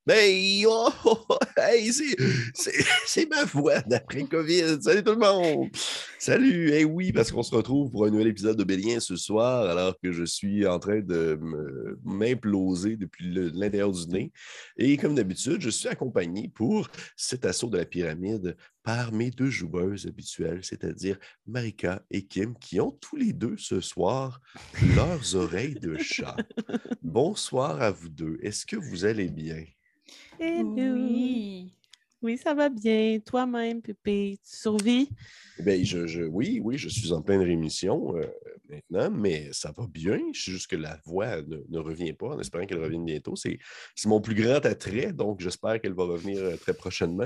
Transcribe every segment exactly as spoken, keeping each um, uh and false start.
Ben, oh, oh, oh, hey, c'est, c'est, c'est ma voix d'après-Covid. Salut tout le monde! Salut! Eh oui, parce qu'on se retrouve pour un nouvel épisode de Bélien ce soir, alors que je suis en train de me- m'imploser depuis le- l'intérieur du nez. Et comme d'habitude, je suis accompagné pour cet assaut de la pyramide par mes deux joueuses habituelles, c'est-à-dire Marika et Kim, qui ont tous les deux ce soir leurs oreilles de chat. Bonsoir à vous deux. Est-ce que vous allez bien? Hello! Oui. Oui, ça va bien. Toi-même, Pépé, tu survis? Ben, je, je, oui, oui, je suis en pleine rémission euh, maintenant, mais ça va bien. C'est juste que la voix ne, ne revient pas, en espérant qu'elle revienne bientôt. C'est, c'est mon plus grand attrait, donc j'espère qu'elle va revenir euh, très prochainement.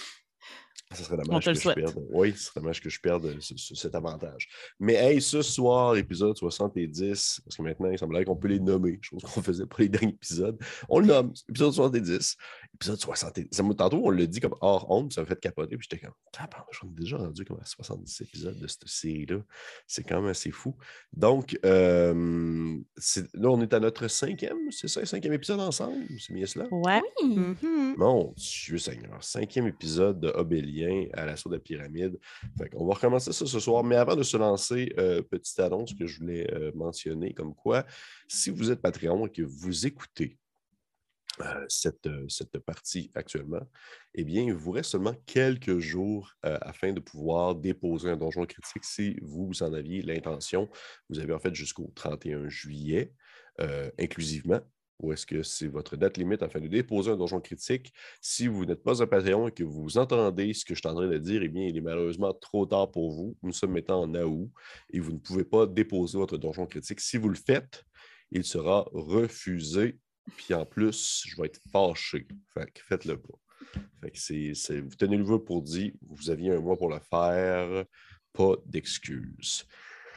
Ça serait On dommage te le que je souhaite. perde. Oui, ce serait dommage que je perde ce- ce- cet avantage. Mais hey, ce soir, épisode soixante-dix, parce que maintenant, il semblerait qu'on peut les nommer, chose qu'on faisait pour les derniers épisodes. On le nomme, épisode soixante-dix. Épisode soixante-dix. Ça, tantôt, on l'a dit comme hors honte, ça m'a fait capoter, puis j'étais comme, j'en ai déjà rendu comme à soixante-dix épisodes de cette série-là. C'est quand même assez fou. Donc, euh, c'est- là, on est à notre cinquième, c'est ça, cinquième épisode ensemble? C'est bien cela? Ouais. Oui. Mhm. Mon Dieu Seigneur, cinquième épisode de Obélien à l'assaut de la pyramide. Fait qu'on va recommencer ça ce soir. Mais avant de se lancer, euh, petite annonce que je voulais euh, mentionner, comme quoi, si vous êtes Patreon et que vous écoutez euh, cette, euh, cette partie actuellement, eh bien, il vous reste seulement quelques jours euh, afin de pouvoir déposer un donjon critique si vous, vous en aviez l'intention. Vous avez en fait jusqu'au trente et un juillet, euh, inclusivement. Ou est-ce que c'est votre date limite afin de déposer un donjon critique? Si vous n'êtes pas un Patreon et que vous entendez ce que je suis en train de dire, eh bien, il est malheureusement trop tard pour vous. Nous sommes maintenant en août et vous ne pouvez pas déposer votre donjon critique. Si vous le faites, il sera refusé. Puis en plus, je vais être fâché. Fait que faites-le pas. Fait que c'est, c'est, vous tenez le vœu pour dire, vous aviez un mois pour le faire, pas d'excuses.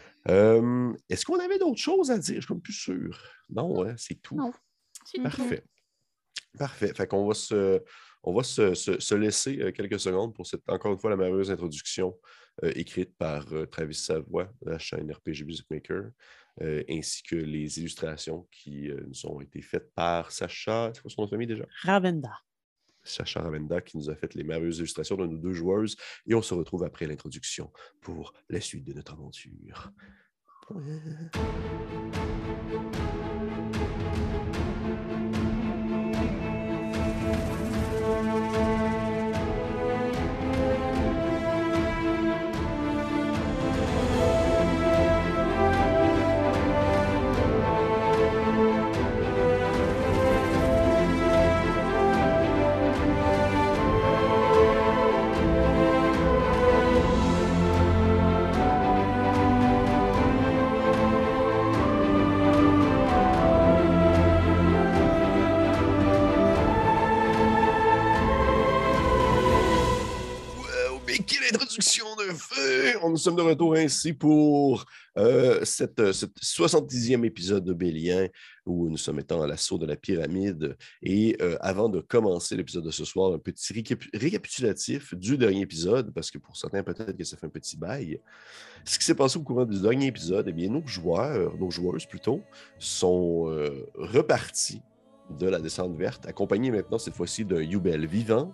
Euh, est-ce qu'on avait d'autres choses à dire? Je suis comme plus sûr. Non, hein, c'est tout. Non, c'est Parfait. Parfait. Fait qu'on va se, on va se, se, se laisser euh, quelques secondes pour cette, encore une fois, la merveilleuse introduction euh, écrite par euh, Travis Savoie de la chaîne R P G Music Maker, euh, ainsi que les illustrations qui euh, nous ont été faites par Sacha, c'est quoi son nom de famille déjà? Ravenda. Sacha Ravenda qui nous a fait les merveilleuses illustrations de nos deux joueuses. Et on se retrouve après l'introduction pour la suite de notre aventure. Mais quelle introduction de feu! Nous sommes de retour ainsi pour euh, cette, cette soixante-dixième épisode de Bélien où nous sommes maintenant à l'assaut de la pyramide. Et euh, avant de commencer l'épisode de ce soir, un petit récap- récapitulatif du dernier épisode, parce que pour certains, peut-être que ça fait un petit bail. Ce qui s'est passé au courant du dernier épisode, eh bien, nos joueurs, nos joueuses plutôt, sont euh, repartis de la descente verte, accompagnés maintenant cette fois-ci d'un Yubel vivant.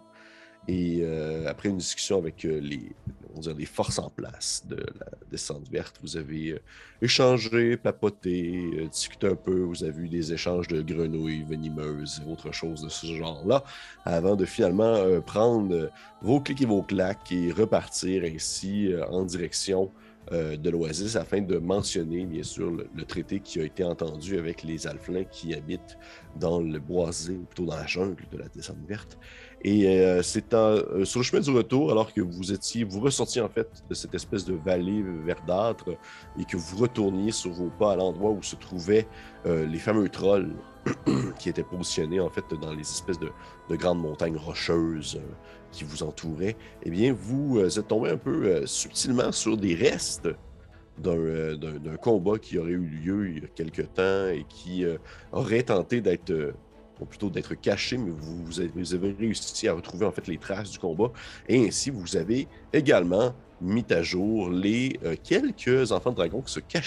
Et euh, après une discussion avec euh, les, on dirait, les forces en place de la descente verte, vous avez euh, échangé, papoté, euh, discuté un peu, vous avez eu des échanges de grenouilles venimeuses et autre chose de ce genre-là, avant de finalement euh, prendre euh, vos clics et vos claques et repartir ainsi euh, en direction euh, de l'Oasis afin de mentionner, bien sûr, le, le traité qui a été entendu avec les Alflins qui habitent dans le boisé, ou plutôt dans la jungle de la descente verte. Et euh, c'est en, euh, sur le chemin du retour, alors que vous étiez, vous ressortiez en fait de cette espèce de vallée verdâtre et que vous retourniez sur vos pas à l'endroit où se trouvaient euh, les fameux trolls qui étaient positionnés en fait dans les espèces de, de grandes montagnes rocheuses euh, qui vous entouraient, eh bien vous euh, êtes tombé un peu euh, subtilement sur des restes d'un, euh, d'un, d'un combat qui aurait eu lieu il y a quelque temps et qui euh, aurait tenté d'être... Euh, ou plutôt d'être caché, mais vous, vous, avez, vous avez réussi à retrouver en fait les traces du combat. Et ainsi, vous avez également mis à jour les euh, quelques enfants de dragon qui se cachaient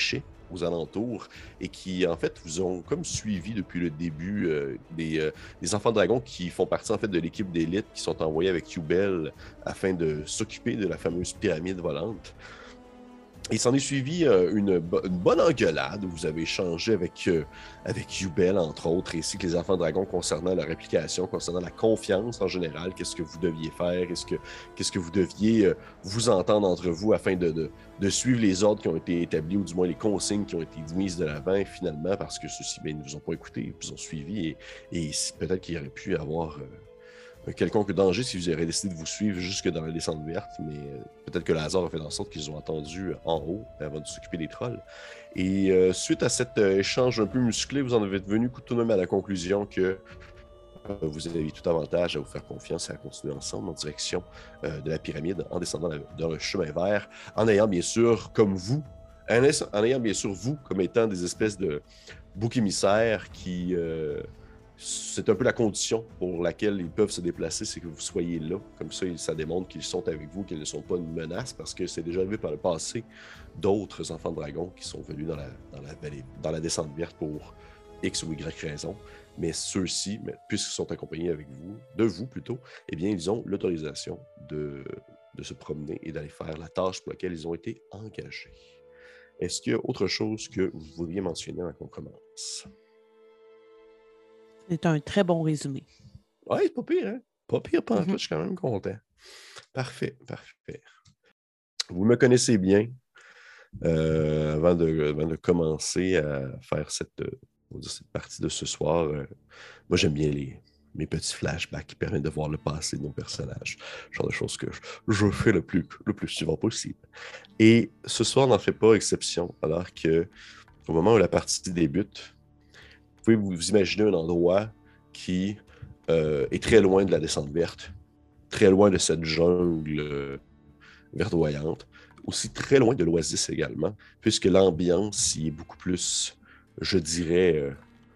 aux alentours et qui, en fait, vous ont comme suivi depuis le début euh, des, euh, des enfants dragons qui font partie, en fait, de l'équipe d'élite qui sont envoyés avec Yubel afin de s'occuper de la fameuse pyramide volante. Il s'en est suivi euh, une, bo- une bonne engueulade où vous avez échangé avec, euh, avec Yubel, entre autres, ainsi que les enfants dragons concernant leur application, concernant la confiance en général, qu'est-ce que vous deviez faire, qu'est-ce que, qu'est-ce que vous deviez euh, vous entendre entre vous afin de, de, de suivre les ordres qui ont été établis, ou du moins les consignes qui ont été mises de l'avant, finalement, parce que ceux-ci ben, ne vous ont pas écouté, ils vous ont suivi, et, et peut-être qu'il y aurait pu avoir... Euh, un quelconque danger si vous auriez décidé de vous suivre jusque dans la descente verte, mais euh, peut-être que le hasard a fait en sorte qu'ils ont attendu en haut avant de s'occuper des trolls. Et euh, suite à cet euh, échange un peu musclé, vous en avez venu tout de même à la conclusion que euh, vous avez tout avantage à vous faire confiance et à continuer ensemble en direction euh, de la pyramide en descendant la, dans le chemin vert, en ayant bien sûr, comme vous, en, en ayant bien sûr vous comme étant des espèces de boucs émissaires qui... Euh, c'est un peu la condition pour laquelle ils peuvent se déplacer, c'est que vous soyez là. Comme ça, ça démontre qu'ils sont avec vous, qu'ils ne sont pas une menace, parce que c'est déjà arrivé par le passé d'autres enfants de dragon qui sont venus dans la, dans la, vallée, dans la descente verte pour X ou Y raison. Mais ceux-ci, puisqu'ils sont accompagnés avec vous, de vous plutôt, eh bien, ils ont l'autorisation de, de se promener et d'aller faire la tâche pour laquelle ils ont été engagés. Est-ce qu'il y a autre chose que vous voudriez mentionner avant qu'on commence? C'est un très bon résumé. Ouais, c'est pas pire, hein? Pas pire, pas en tout, Mhm. je suis quand même content. Parfait, parfait. Vous me connaissez bien. Euh, avant, de, avant de commencer à faire cette, euh, on va dire cette partie de ce soir, euh, moi j'aime bien les, mes petits flashbacks qui permettent de voir le passé de nos personnages. Genre de choses que je, je fais le plus, le plus souvent possible. Et ce soir n'en fait pas exception, alors que au moment où la partie débute, vous pouvez vous, vous imaginer un endroit qui euh, est très loin de la descente verte, très loin de cette jungle euh, verdoyante, aussi très loin de l'oasis également, puisque l'ambiance y est beaucoup plus, je dirais, euh,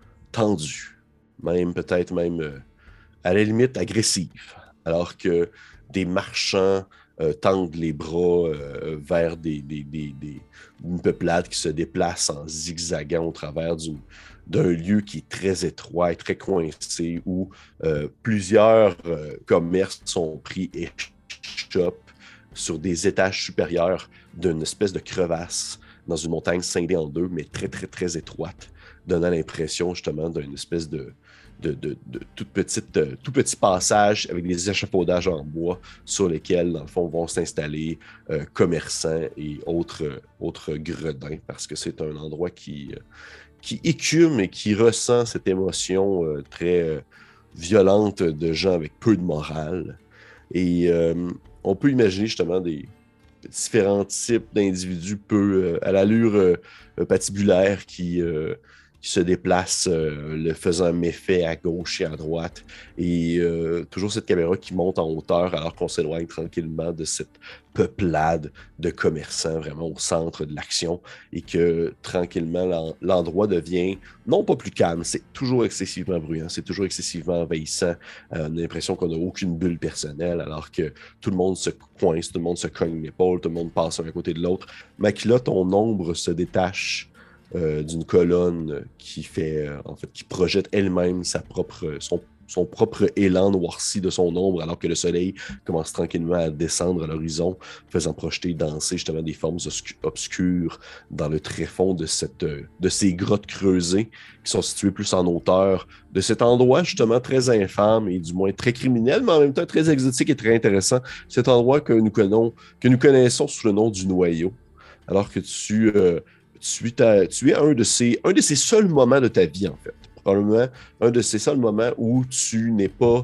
tendue, même peut-être même euh, à la limite agressive, alors que des marchands euh, tendent les bras euh, vers des, des, des, des, une peuplade qui se déplace en zigzagant au travers du, d'un lieu qui est très étroit et très coincé, où euh, plusieurs euh, commerces sont pris et échoppent sur des étages supérieurs d'une espèce de crevasse dans une montagne scindée en deux, mais très, très, très étroite, donnant l'impression justement d'une espèce de, de, de, de toute petite, euh, tout petit passage avec des échafaudages en bois sur lesquels, dans le fond, vont s'installer euh, commerçants et autres, euh, autres gredins, parce que c'est un endroit qui, euh, qui écume et qui ressent cette émotion euh, très euh, violente de gens avec peu de morale. Et euh, on peut imaginer justement des différents types d'individus peu euh, à l'allure euh, patibulaire qui, euh, qui se déplacent, euh, le faisant méfait à gauche et à droite. Et euh, toujours cette caméra qui monte en hauteur alors qu'on s'éloigne tranquillement de cette peuplade de commerçants vraiment au centre de l'action et que tranquillement l'en- l'endroit devient non pas plus calme, c'est toujours excessivement bruyant, c'est toujours excessivement envahissant. Euh, on a l'impression qu'on n'a aucune bulle personnelle alors que tout le monde se coince, tout le monde se cogne l'épaule, tout le monde passe d'un côté de l'autre. Makila, ton ombre se détache euh, d'une colonne qui fait, euh, en fait, qui projette elle-même sa propre, son, son propre élan noirci de son ombre, alors que le soleil commence tranquillement à descendre à l'horizon, faisant projeter, danser justement des formes obscures dans le tréfonds de, cette, de ces grottes creusées qui sont situées plus en hauteur de cet endroit justement très infâme et du moins très criminel, mais en même temps très exotique et très intéressant. Cet endroit que nous, connaissons, que nous connaissons sous le nom du Noyau, alors que tu, euh, tu, ta, tu es un de, ces, un de ces seuls moments de ta vie, en fait. Probablement un de ces seuls moments où tu n'es pas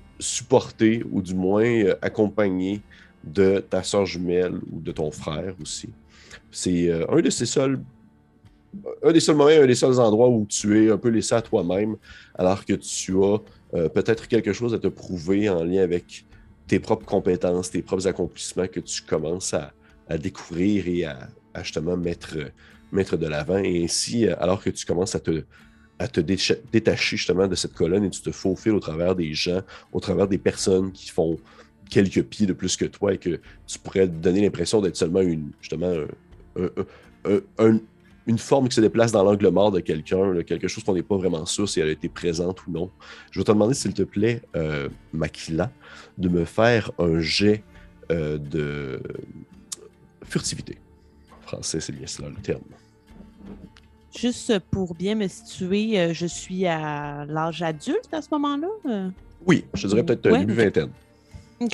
supporté ou du moins euh, accompagné de ta soeur jumelle ou de ton frère aussi. C'est euh, un de ces seuls un des seuls moments, un des seuls endroits où tu es un peu laissé à toi-même, alors que tu as euh, peut-être quelque chose à te prouver en lien avec tes propres compétences, tes propres accomplissements que tu commences à, à découvrir et à, à justement mettre, mettre de l'avant. Et ainsi, alors que tu commences à te, à te détacher justement de cette colonne et tu te faufiles au travers des gens, au travers des personnes qui font quelques pieds de plus que toi et que tu pourrais donner l'impression d'être seulement une, justement un, un, un, un une forme qui se déplace dans l'angle mort de quelqu'un, là, quelque chose qu'on n'est pas vraiment sûr si elle a été présente ou non. Je vais te demander, s'il te plaît, euh, Makila, de me faire un jet euh, de furtivité. En français, c'est bien cela le terme. Juste pour bien me situer, euh, je suis à l'âge adulte à ce moment-là? euh? Oui, je te dirais peut-être euh, Ouais, début ok. vingtaine. OK.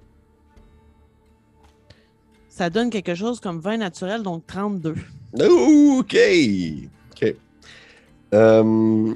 Ça donne quelque chose comme vingt naturel, donc trente-deux. OK! OK. Euh,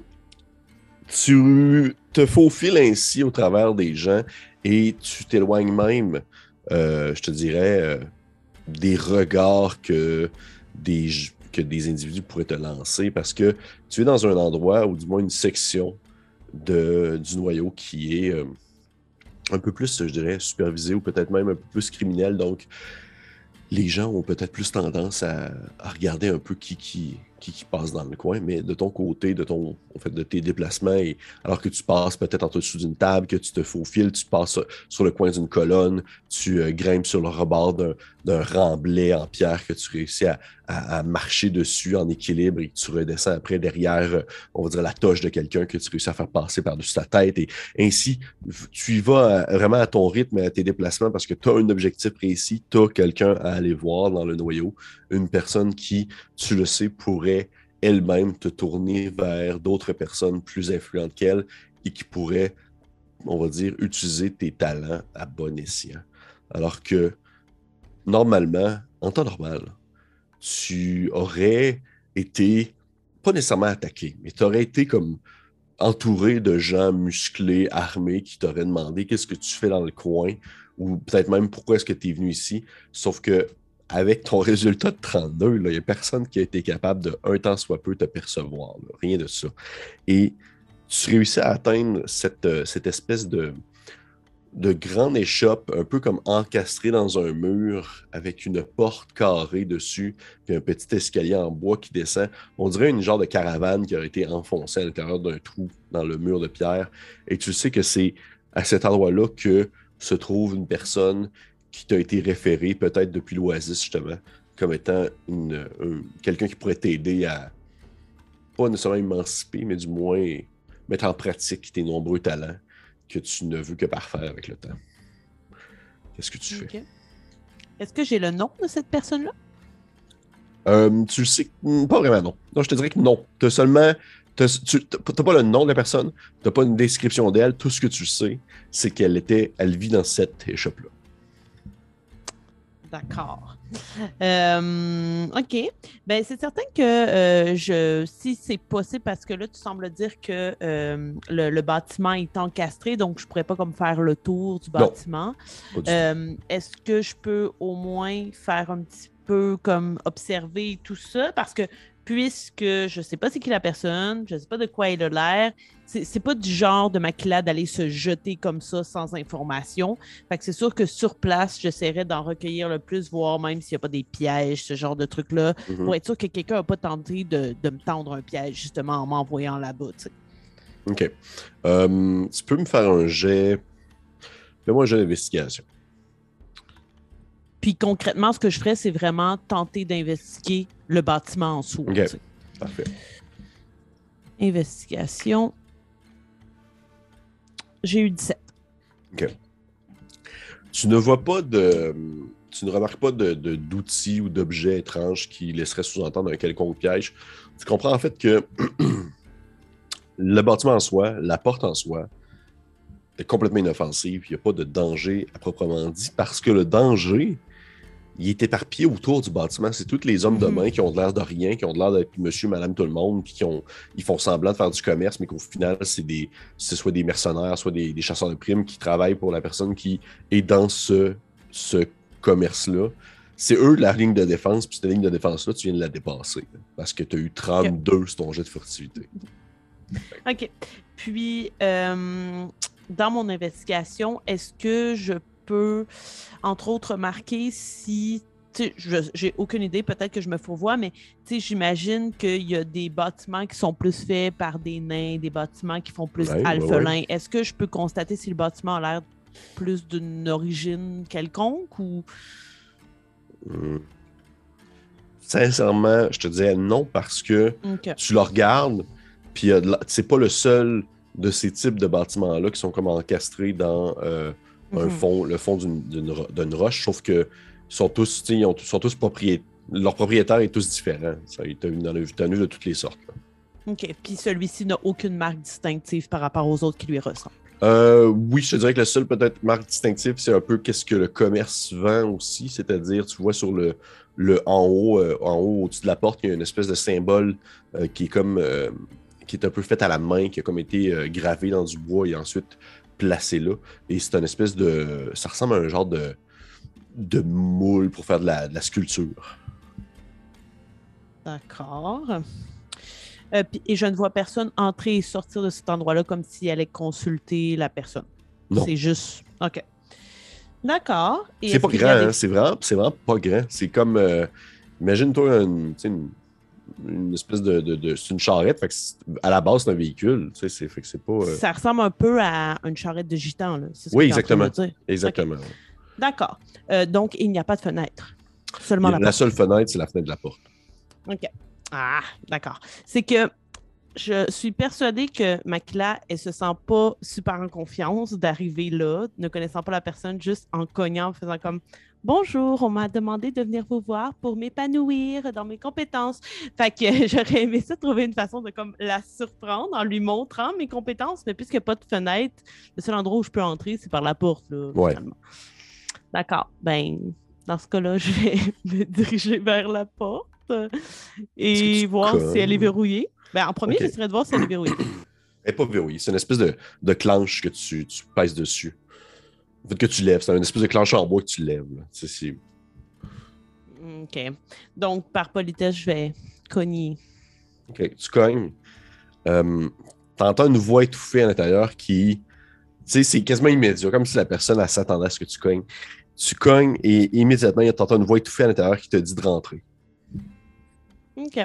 tu te faufiles ainsi au travers des gens et tu t'éloignes même, euh, je te dirais, euh, des regards que des, que des individus pourraient te lancer parce que tu es dans un endroit, ou du moins une section de, du noyau qui est euh, un peu plus, je dirais, supervisé ou peut-être même un peu plus criminel. Donc, les gens ont peut-être plus tendance à, à regarder un peu qui qui, qui qui passe dans le coin, mais de ton côté, de ton, en fait, de tes déplacements, et alors que tu passes peut-être en dessous d'une table, que tu te faufiles, tu passes sur le coin d'une colonne, tu euh, grimpes sur le rebord d'un, d'un remblai en pierre que tu réussis à, à, à marcher dessus en équilibre et que tu redescends après derrière, euh, on va dire, la toche de quelqu'un que tu réussis à faire passer par-dessus ta tête. Et ainsi, tu y vas à- vraiment à ton rythme et à tes déplacements parce que tu as un objectif précis, tu as quelqu'un à aller voir dans le noyau, une personne qui, tu le sais, pourrait elle-même te tourner vers d'autres personnes plus influentes qu'elle et qui pourraient, on va dire, utiliser tes talents à bon escient. Alors que, normalement, en temps normal, tu aurais été, pas nécessairement attaqué, mais tu aurais été comme entouré de gens musclés, armés, qui t'auraient demandé qu'est-ce que tu fais dans le coin, ou peut-être même pourquoi est-ce que tu es venu ici. Sauf que avec ton résultat de trente-deux, il n'y a personne qui a été capable de, un temps soit peu, te percevoir. Là. Rien de ça. Et tu réussis à atteindre cette, euh, cette espèce de, de grande échoppe, un peu comme encastrée dans un mur, avec une porte carrée dessus, puis un petit escalier en bois qui descend. On dirait une genre de caravane qui aurait été enfoncée à l'intérieur d'un trou dans le mur de pierre. Et tu sais que c'est à cet endroit-là que se trouve une personne qui t'a été référée, peut-être depuis l'Oasis, justement, comme étant une, un- quelqu'un qui pourrait t'aider à, pas nécessairement émanciper, mais du moins mettre en pratique tes nombreux talents que tu ne veux que parfaire avec le temps. Qu'est-ce que tu fais? OK. Est-ce que j'ai le nom de cette personne-là? Euh, tu le sais, pas vraiment non. Non, je te dirais que non. T'as seulement, t'as, tu n'as pas le nom de la personne, tu n'as pas une description d'elle. Tout ce que tu sais, c'est qu'elle était, elle vit dans cette échoppe-là. D'accord. Euh, OK. Ben, c'est certain que euh, je, si c'est possible, parce que là, tu sembles dire que euh, le, le bâtiment est encastré, donc je ne pourrais pas comme faire le tour du Non, bâtiment. pas du tout. Euh, est-ce que je peux au moins faire un petit peu comme observer tout ça? Parce que puisque je ne sais pas c'est qui la personne, je ne sais pas de quoi elle a l'air, c'est, c'est pas du genre de Makila d'aller se jeter comme ça sans information. Fait que c'est sûr que sur place, j'essaierai d'en recueillir le plus, voir même s'il n'y a pas des pièges, ce genre de trucs-là, pour Mhm. être sûr que quelqu'un n'a pas tenté de, de me tendre un piège, justement, en m'envoyant là-bas, tu sais. OK. Euh, tu peux me faire un jet. Fais-moi un jet d'investigation. Puis concrètement, ce que je ferais, c'est vraiment tenter d'investiguer le bâtiment en soi, OK. tu sais. Parfait. Investigation. J'ai eu dix-sept. OK. Tu ne vois pas de. Tu ne remarques pas de, de- d'outils ou d'objets étranges qui laisseraient sous-entendre un quelconque piège. Tu comprends en fait que le bâtiment en soi, la porte en soi, est complètement inoffensive. Il n'y a pas de danger à proprement dit parce que le danger, il est éparpillé autour du bâtiment. C'est tous les hommes de Mhm. main qui ont l'air de rien, qui ont l'air d'être monsieur, madame, tout le monde, qui ont, ils font semblant de faire du commerce, mais qu'au final, c'est des, c'est soit des mercenaires, soit des, des chasseurs de primes qui travaillent pour la personne qui est dans ce, ce commerce-là. C'est eux la ligne de défense, puis cette ligne de défense-là, tu viens de la dépasser. Parce que tu as eu OK. trente-deux sur ton jet de furtivité. OK. Puis, euh, dans mon investigation, est-ce que je peux, entre autres, marquer si, tu sais, je- j'ai aucune idée, peut-être que je me fourvoie, mais tu sais, j'imagine qu'il y a des bâtiments qui sont plus faits par des nains, des bâtiments qui font plus Ouais, ouais, ouais. alphelins. Est-ce que je peux constater si le bâtiment a l'air plus d'une origine quelconque ou... Hum. Sincèrement, je te dirais non parce que OK. tu le regardes, puis euh, la- c'est pas le seul de ces types de bâtiments-là qui sont comme encastrés dans euh, un Mhm. fond, le fond d'une, d'une ro- d'une roche, sauf que sont tous, tu sais, ils ont- sont tous propriétaires. Leur propriétaire est tous différents. Ça, il t'a vu dans le- t'en as vu de toutes les sortes. Là. OK. Puis celui-ci n'a aucune marque distinctive par rapport aux autres qui lui ressemblent. Euh, oui, je te dirais que le seul peut-être marque distinctive, c'est un peu qu'est-ce que le commerce vend aussi, c'est-à-dire, tu vois sur le, le en haut, euh, en haut au-dessus de la porte, il y a une espèce de symbole euh, qui est comme euh, qui est un peu fait à la main, qui a comme été euh, gravé dans du bois et ensuite placé là. Et c'est une espèce de, ça ressemble à un genre de de moule pour faire de la, de la sculpture. D'accord. Euh, puis- et je ne vois personne entrer et sortir de cet endroit-là comme s'il allait consulter la personne. Non. C'est juste. OK. D'accord. Et C'est est-ce pas qu'il y grand, a des- hein? C'est vraiment, c'est vraiment pas grand. C'est comme, euh, imagine-toi une, tu sais, une, une espèce de, de, de- c'est une charrette. Fait que c'est- à la base, c'est un véhicule. Tu sais, c'est, fait que c'est pas. euh, Ça ressemble un peu à une charrette de gitan, là. C'est ce Oui, que tu es en train de exactement. me dire. Exactement. OK. D'accord. Euh, donc, il n'y a pas de fenêtre. Seulement Il y a- la La porte. seule fenêtre, c'est la fenêtre de la porte. OK. Ah, d'accord. C'est que je suis persuadée que Makila, elle se sent pas super en confiance d'arriver là, ne connaissant pas la personne, juste en cognant, en faisant comme Bonjour, on m'a demandé de venir vous voir pour m'épanouir dans mes compétences. Fait que j'aurais aimé ça trouver une façon de comme la surprendre en lui montrant mes compétences, mais puisqu'il n'y a pas de fenêtre, le seul endroit où je peux entrer, c'est par la porte, là, Ouais. finalement. D'accord. Ben, dans ce cas-là, je vais me diriger vers la porte euh, Est-ce que et tu voir si elle est cognes? verrouillée. Ben, en premier, Ok. j'essaierai de voir si elle est verrouillée. Elle n'est pas verrouillée. C'est une espèce de, de clenche que tu, tu pèses dessus. En fait, que tu lèves. C'est une espèce de clenche en bois que tu lèves. Là. C'est, c'est... OK. Donc, par politesse, je vais cogner. OK. Tu cognes. Euh, T'entends une voix étouffée à l'intérieur qui. Tu sais, c'est quasiment immédiat, comme si la personne elle, s'attendait à ce que tu cognes. Tu cognes et immédiatement, t'entends une voix étouffée à l'intérieur qui te dit de rentrer. OK.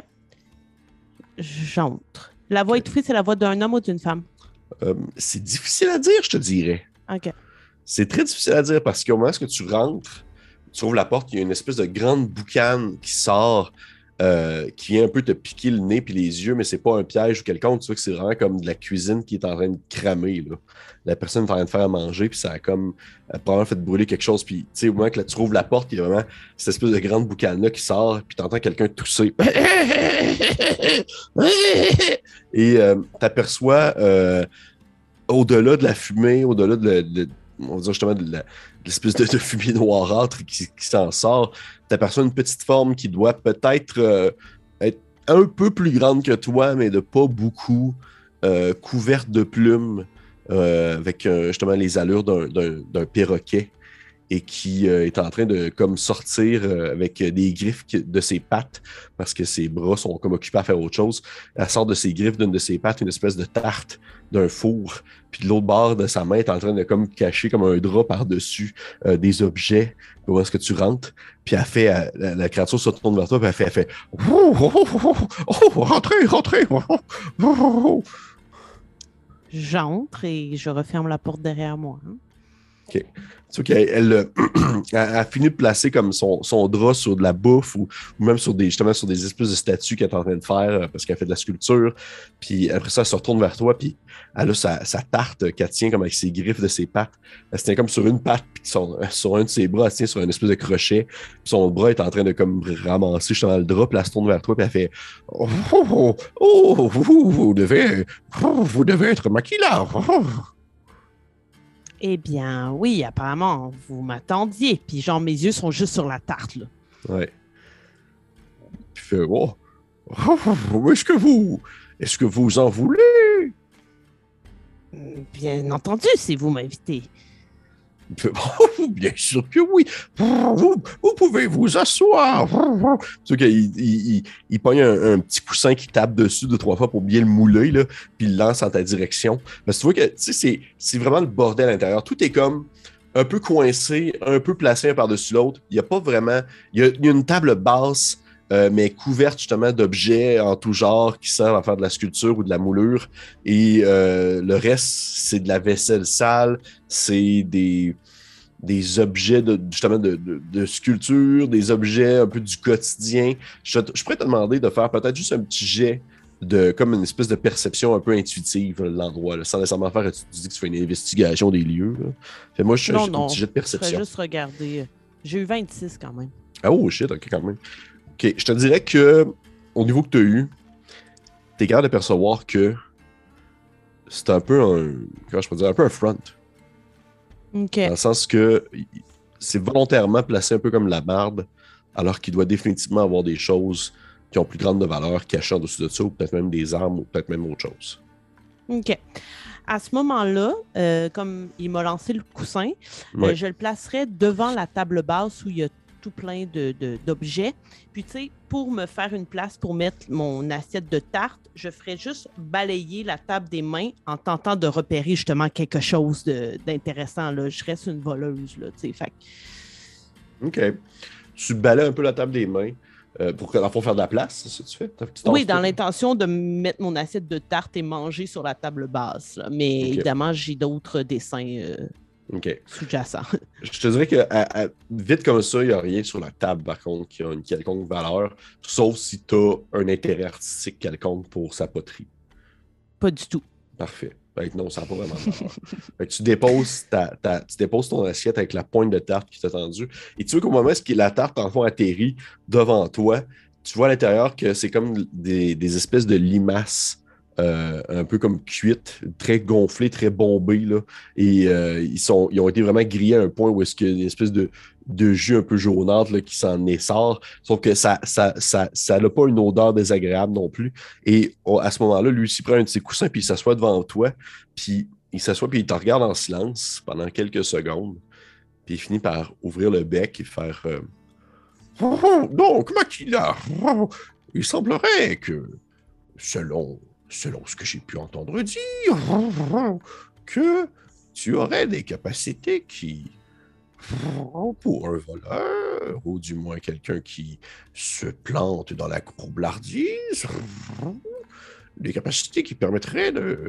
J'entre. La voix OK. étouffée, c'est la voix d'un homme ou d'une femme? Euh, c'est difficile à dire, je te dirais. OK. C'est très difficile à dire parce qu'au moment où tu rentres, tu ouvres la porte, il y a une espèce de grande boucane qui sort, euh, qui vient un peu te piquer le nez puis les yeux, mais c'est pas un piège ou quelconque. Tu vois que c'est vraiment comme de la cuisine qui est en train de cramer. Là. La personne est en train de faire à manger, puis ça a comme euh, probablement fait brûler quelque chose. Puis tu sais, au moment que là, tu ouvres la porte, il y a vraiment cette espèce de grande boucane-là qui sort, puis tu entends quelqu'un tousser. Et euh, tu aperçois euh, au-delà de la fumée, au-delà de, la- de- on va dire justement de, la- de l'espèce de, de fumée noirâtre qui, qui s'en sort, tu aperçois une petite forme qui doit peut-être euh, être un peu plus grande que toi, mais de pas beaucoup, euh, couverte de plumes, euh, avec euh, justement les allures d'un, d'un, d'un perroquet, et qui euh, est en train de comme sortir euh, avec des griffes qui- de ses pattes, parce que ses bras sont comme occupés à faire autre chose. Elle sort de ses griffes d'une de ses pattes une espèce de tarte d'un four, puis de l'autre bord de sa main est en train de comme cacher comme un drap par-dessus euh, des objets. Où est-ce que tu rentres? Puis elle fait, euh, la, la créature se tourne vers toi, puis elle fait, elle fait oh, oh, oh, oh, oh, rentrez, rentrez. Oh, oh, oh. J'entre et je referme la porte derrière moi. hein. OK. Tu vois qu'elle elle, euh, elle a fini de placer comme son, son drap sur de la bouffe ou, ou même sur des, justement sur des espèces de statues qu'elle est en train de faire euh, parce qu'elle fait de la sculpture. Puis après ça, elle se retourne vers toi, puis elle a sa, sa tarte qu'elle tient comme avec ses griffes de ses pattes. Elle se tient comme sur une patte, puis son, sur un de ses bras, elle se tient sur une espèce de crochet. Puis son bras est en train de comme ramasser justement le drap, puis elle se tourne vers toi, puis elle fait Oh, oh, oh, oh, vous, vous devez, oh, vous devez être Makila. Oh. Eh bien, oui, apparemment, vous m'attendiez. Puis genre, mes yeux sont juste sur la tarte, là. Ouais. Puis fait, oh, oh, est-ce que vous, est-ce que vous en voulez? Bien entendu, si vous m'invitez. Il fait, oh, bien sûr que oui. Vous, vous pouvez vous asseoir. Tu sais qu'il il, il, il pogne un, un petit coussin qui tape dessus deux, trois fois pour bien le mouler, là, puis il le lance en ta direction. Parce que tu vois que tu sais, c'est, c'est vraiment le bordel à l'intérieur. Tout est comme un peu coincé, un peu placé un par-dessus l'autre. Il n'y a pas vraiment... Il y a, il y a une table basse, euh, mais couverte justement d'objets en tout genre qui servent à faire de la sculpture ou de la moulure. Et euh, le reste, c'est de la vaisselle sale, c'est des... des objets de, justement de, de, de sculpture, des objets un peu du quotidien. Je, je pourrais te demander de faire peut-être juste un petit jet de comme une espèce de perception un peu intuitive de l'endroit, là, sans nécessairement faire, tu dis que tu fais une investigation des lieux. Là. Fait moi, je suis un, un petit jet de perception. Je ferais juste regarder. J'ai eu vingt-six quand même. Ah oh shit, ok, quand même. Ok, je te dirais que au niveau que tu as eu, tu es capable de percevoir que c'est un peu un. Comment je peux dire, un peu un front. OK. Dans le sens que c'est volontairement placé un peu comme la barbe, alors qu'il doit définitivement avoir des choses qui ont plus grande de valeur cachées en dessous de ça, ou peut-être même des armes, ou peut-être même autre chose. OK. À ce moment-là, euh, comme il m'a lancé le coussin, Ouais. euh, je le placerai devant la table basse où il y a tout plein de, de, d'objets. Puis, tu sais, pour me faire une place pour mettre mon assiette de tarte, je ferais juste balayer la table des mains en tentant de repérer justement quelque chose de, d'intéressant. Là. Je reste une voleuse, là, tu sais. Fait... OK. Tu balayes un peu la table des mains euh, pour, dans le fond, faire de la place, c'est ça que tu fais? Tu oui, dans tout. L'intention de mettre mon assiette de tarte et manger sur la table basse. Là. Mais okay. Évidemment, j'ai d'autres dessins euh, okay. sous-jacents. Je te dirais que à, à, vite comme ça, il n'y a rien sur la table, par contre, qui a une quelconque valeur, sauf si tu as un intérêt artistique quelconque pour sa poterie. Pas du tout. Parfait. Fait que non, ça n'a pas vraiment de valeur. Fait que tu déposes, ta, ta, tu déposes ton assiette avec la pointe de tarte qui t'a tendue. Et tu vois qu'au moment où la tarte, en fond, atterrit devant toi, tu vois à l'intérieur que c'est comme des, des espèces de limaces euh, un peu comme cuites, très gonflées, très bombées. Là. Et euh, ils, sont, ils ont été vraiment grillés à un point où est-ce qu'il y a une espèce de, de jus un peu jaunâtre là, qui s'en essore. Sauf que ça n'a ça, ça, ça pas une odeur désagréable non plus. Et oh, à ce moment-là, lui, il prend un de ses coussins puis il s'assoit devant toi. Puis il s'assoit puis il te regarde en silence pendant quelques secondes. Puis il finit par ouvrir le bec et faire... Euh, Oh, donc, Makila, oh, il semblerait que, selon, selon ce que j'ai pu entendre dire, oh, que tu aurais des capacités qui, oh, pour un voleur, ou du moins quelqu'un qui se plante dans la courbelardise, oh, des capacités qui permettraient de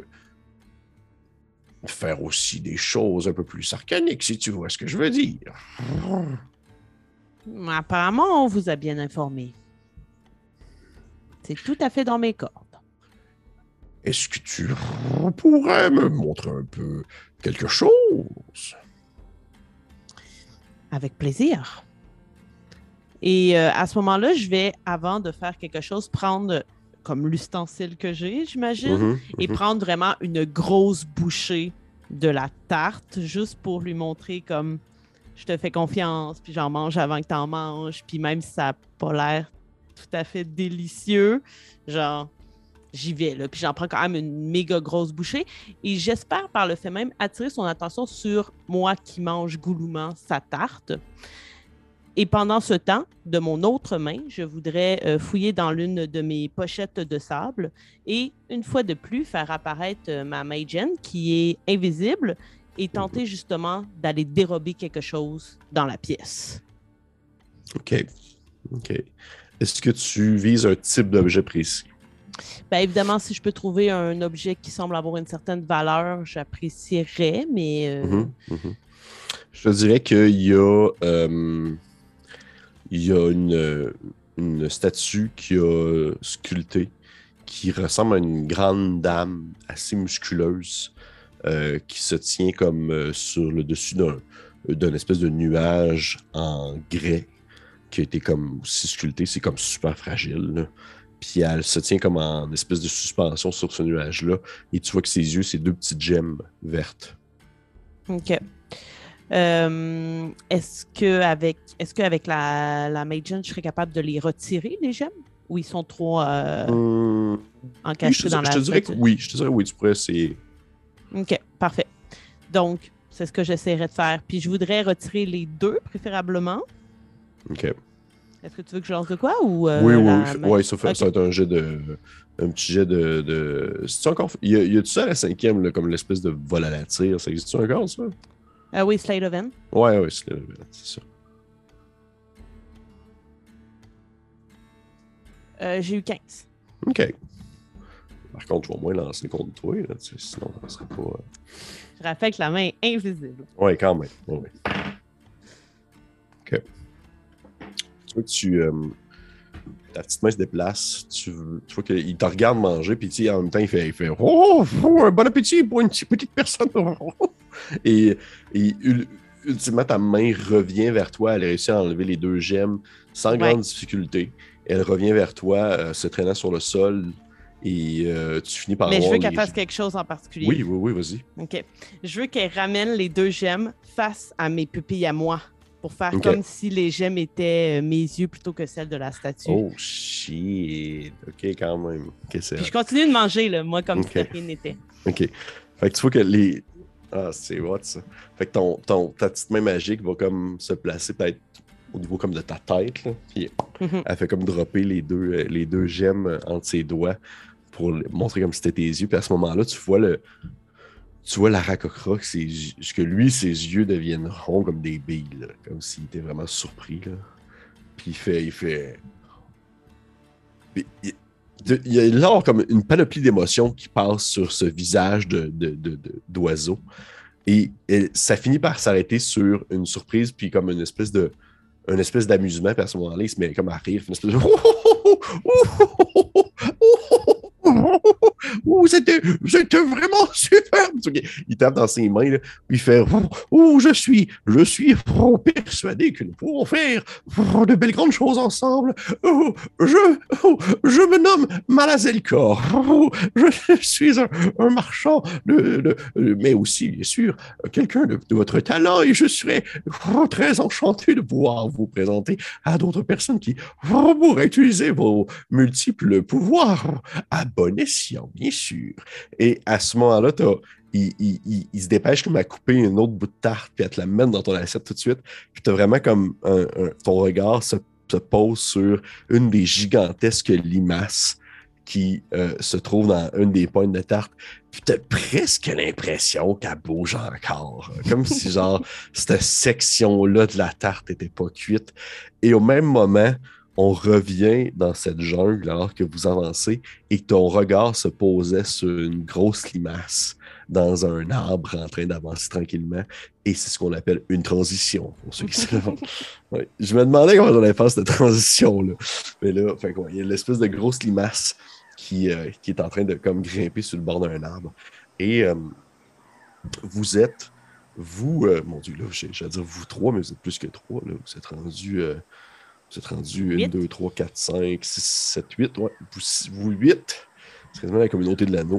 faire aussi des choses un peu plus arcaniques, si tu vois ce que je veux dire. Apparemment, on vous a bien informé. C'est tout à fait dans mes cordes. Est-ce que tu pourrais me montrer un peu quelque chose? Avec plaisir. Et euh, à ce moment-là, je vais, avant de faire quelque chose, prendre comme l'ustensile que j'ai, j'imagine, mm-hmm, et mm-hmm. prendre vraiment une grosse bouchée de la tarte, juste pour lui montrer comme... je te fais confiance, puis j'en mange avant que t'en manges, puis même si ça n'a pas l'air tout à fait délicieux, genre, j'y vais, là, puis j'en prends quand même une méga grosse bouchée, et j'espère par le fait même attirer son attention sur moi qui mange goulûment sa tarte. Et pendant ce temps, de mon autre main, je voudrais euh, fouiller dans l'une de mes pochettes de sable et, une fois de plus, faire apparaître euh, ma Mage Hand qui est invisible et tenter justement d'aller dérober quelque chose dans la pièce. OK. OK. Est-ce que tu vises un type d'objet précis? Bien, évidemment, si je peux trouver un objet qui semble avoir une certaine valeur, j'apprécierais, mais... Euh... Mm-hmm. Mm-hmm. Je te dirais qu'il y a... Euh, il y a une, une statue qui a sculpté qui ressemble à une grande dame assez musculeuse. Euh, qui se tient comme euh, sur le dessus d'un, d'un espèce de nuage en grès qui a été comme aussi sculpté, c'est comme super fragile. Là. Puis elle se tient comme en espèce de suspension sur ce nuage-là et tu vois que ses yeux, c'est deux petites gemmes vertes. OK. Euh, est-ce qu'avec est-ce qu'avec la, la Mage Hand, je serais capable de les retirer, les gemmes? Ou ils sont trop euh, hum, encachés oui, dans je la... Je te dirais que oui, je te dirais oui, tu pourrais essayer. OK, parfait. Donc, c'est ce que j'essaierai de faire. Puis je voudrais retirer les deux, préférablement. OK. Est-ce que tu veux que je lance de quoi ou euh, oui, la... oui, oui, ça, fait, okay. ça va être un jet de... Un petit jet de... de... C'est-tu encore... Il y a, y a tout ça à la cinquième, là, comme l'espèce de vol à la tire. Ça existe-tu encore, ça? Euh, oui, Slate of Hand. Ouais, oui, Slate of Hand, c'est ça. Euh, j'ai eu quinze. OK. Par contre, je vais au moins lancer contre toi, là, sinon ça serait pas... Je rappelle que la main est invisible. Oui, quand même. Ouais, ouais. Parfait. Tu vois que tu, euh, ta petite main se déplace, tu, tu vois qu'il te regarde manger, puis tu sais, en même temps, il fait, il fait oh, oh, un bon appétit pour une petite personne. et, et ultimement, ta main revient vers toi. Elle a réussi à enlever les deux gemmes sans Ouais. grande difficulté. Elle revient vers toi, euh, se traînant sur le sol, et euh, tu finis par Mais avoir je veux qu'elle les... fasse quelque chose en particulier. Oui, oui, oui, vas-y. OK. Je veux qu'elle ramène les deux gemmes face à mes pupilles à moi pour faire OK. comme si les gemmes étaient euh, mes yeux plutôt que celles de la statue. Oh, shit. OK, quand même. OK, c'est Puis je continue de manger, là, moi, comme OK. si de rien n'était. OK. Fait que tu vois que les... Ah, c'est hot, ça. Fait que ton, ton, ta petite main magique va comme se placer peut-être au niveau comme de ta tête, là. Puis Mhm. elle fait comme dropper les deux, les deux gemmes entre ses doigts pour montrer comme si c'était tes yeux. Puis à ce moment-là, tu vois le... Tu vois l'Arakocra, que, que lui, ses yeux deviennent ronds comme des billes, là, comme s'il était vraiment surpris, là. Puis il fait... Il fait... Il, il y a là comme une panoplie d'émotions qui passe sur ce visage de, de, de, de, d'oiseau. Et, et ça finit par s'arrêter sur une surprise, puis comme une espèce de une espèce d'amusement, puis à ce moment-là, il se met comme à rire, une espèce de oh, c'était, c'était vraiment super. Il tape dans ses mains, là, puis il fait oh, je suis, je suis oh, persuadé que nous pourrons faire oh, de belles grandes choses ensemble. Oh, je, oh, je me nomme Malazelkor. Oh, je suis un, un marchand, de, de, de, mais aussi, bien sûr, quelqu'un de, de votre talent, et je serais oh, très enchanté de pouvoir vous présenter à d'autres personnes qui oh, pourraient utiliser vos multiples pouvoirs à bon escient, bien sûr. Et à ce moment-là, il, il, il, il se dépêche comme à couper un autre bout de tarte puis à te la mettre dans ton assiette tout de suite. Puis tu as vraiment comme un, un, ton regard se, se pose sur une des gigantesques limaces qui euh, se trouve dans une des pointes de tarte. Puis tu as presque l'impression qu'elle bouge encore. Comme si, genre, cette section-là de la tarte n'était pas cuite. Et au même moment, on revient dans cette jungle alors que vous avancez et que ton regard se posait sur une grosse limace dans un arbre en train d'avancer tranquillement. Et c'est ce qu'on appelle une transition, pour ceux qui savent. Ouais. Je me demandais comment on allait faire cette transition-là. Mais là, fait quoi, il y a l'espèce de grosse limace qui, euh, qui est en train de comme grimper sur le bord d'un arbre. Et euh, vous êtes, vous, euh, mon Dieu, là, j'allais dire vous trois, mais vous êtes plus que trois. Là. Vous êtes rendus... Euh, Vous êtes rendu un, deux, trois, quatre, cinq, six, sept, huit. Ouais. Vous, vous huit. C'est quasiment la communauté de l'anneau.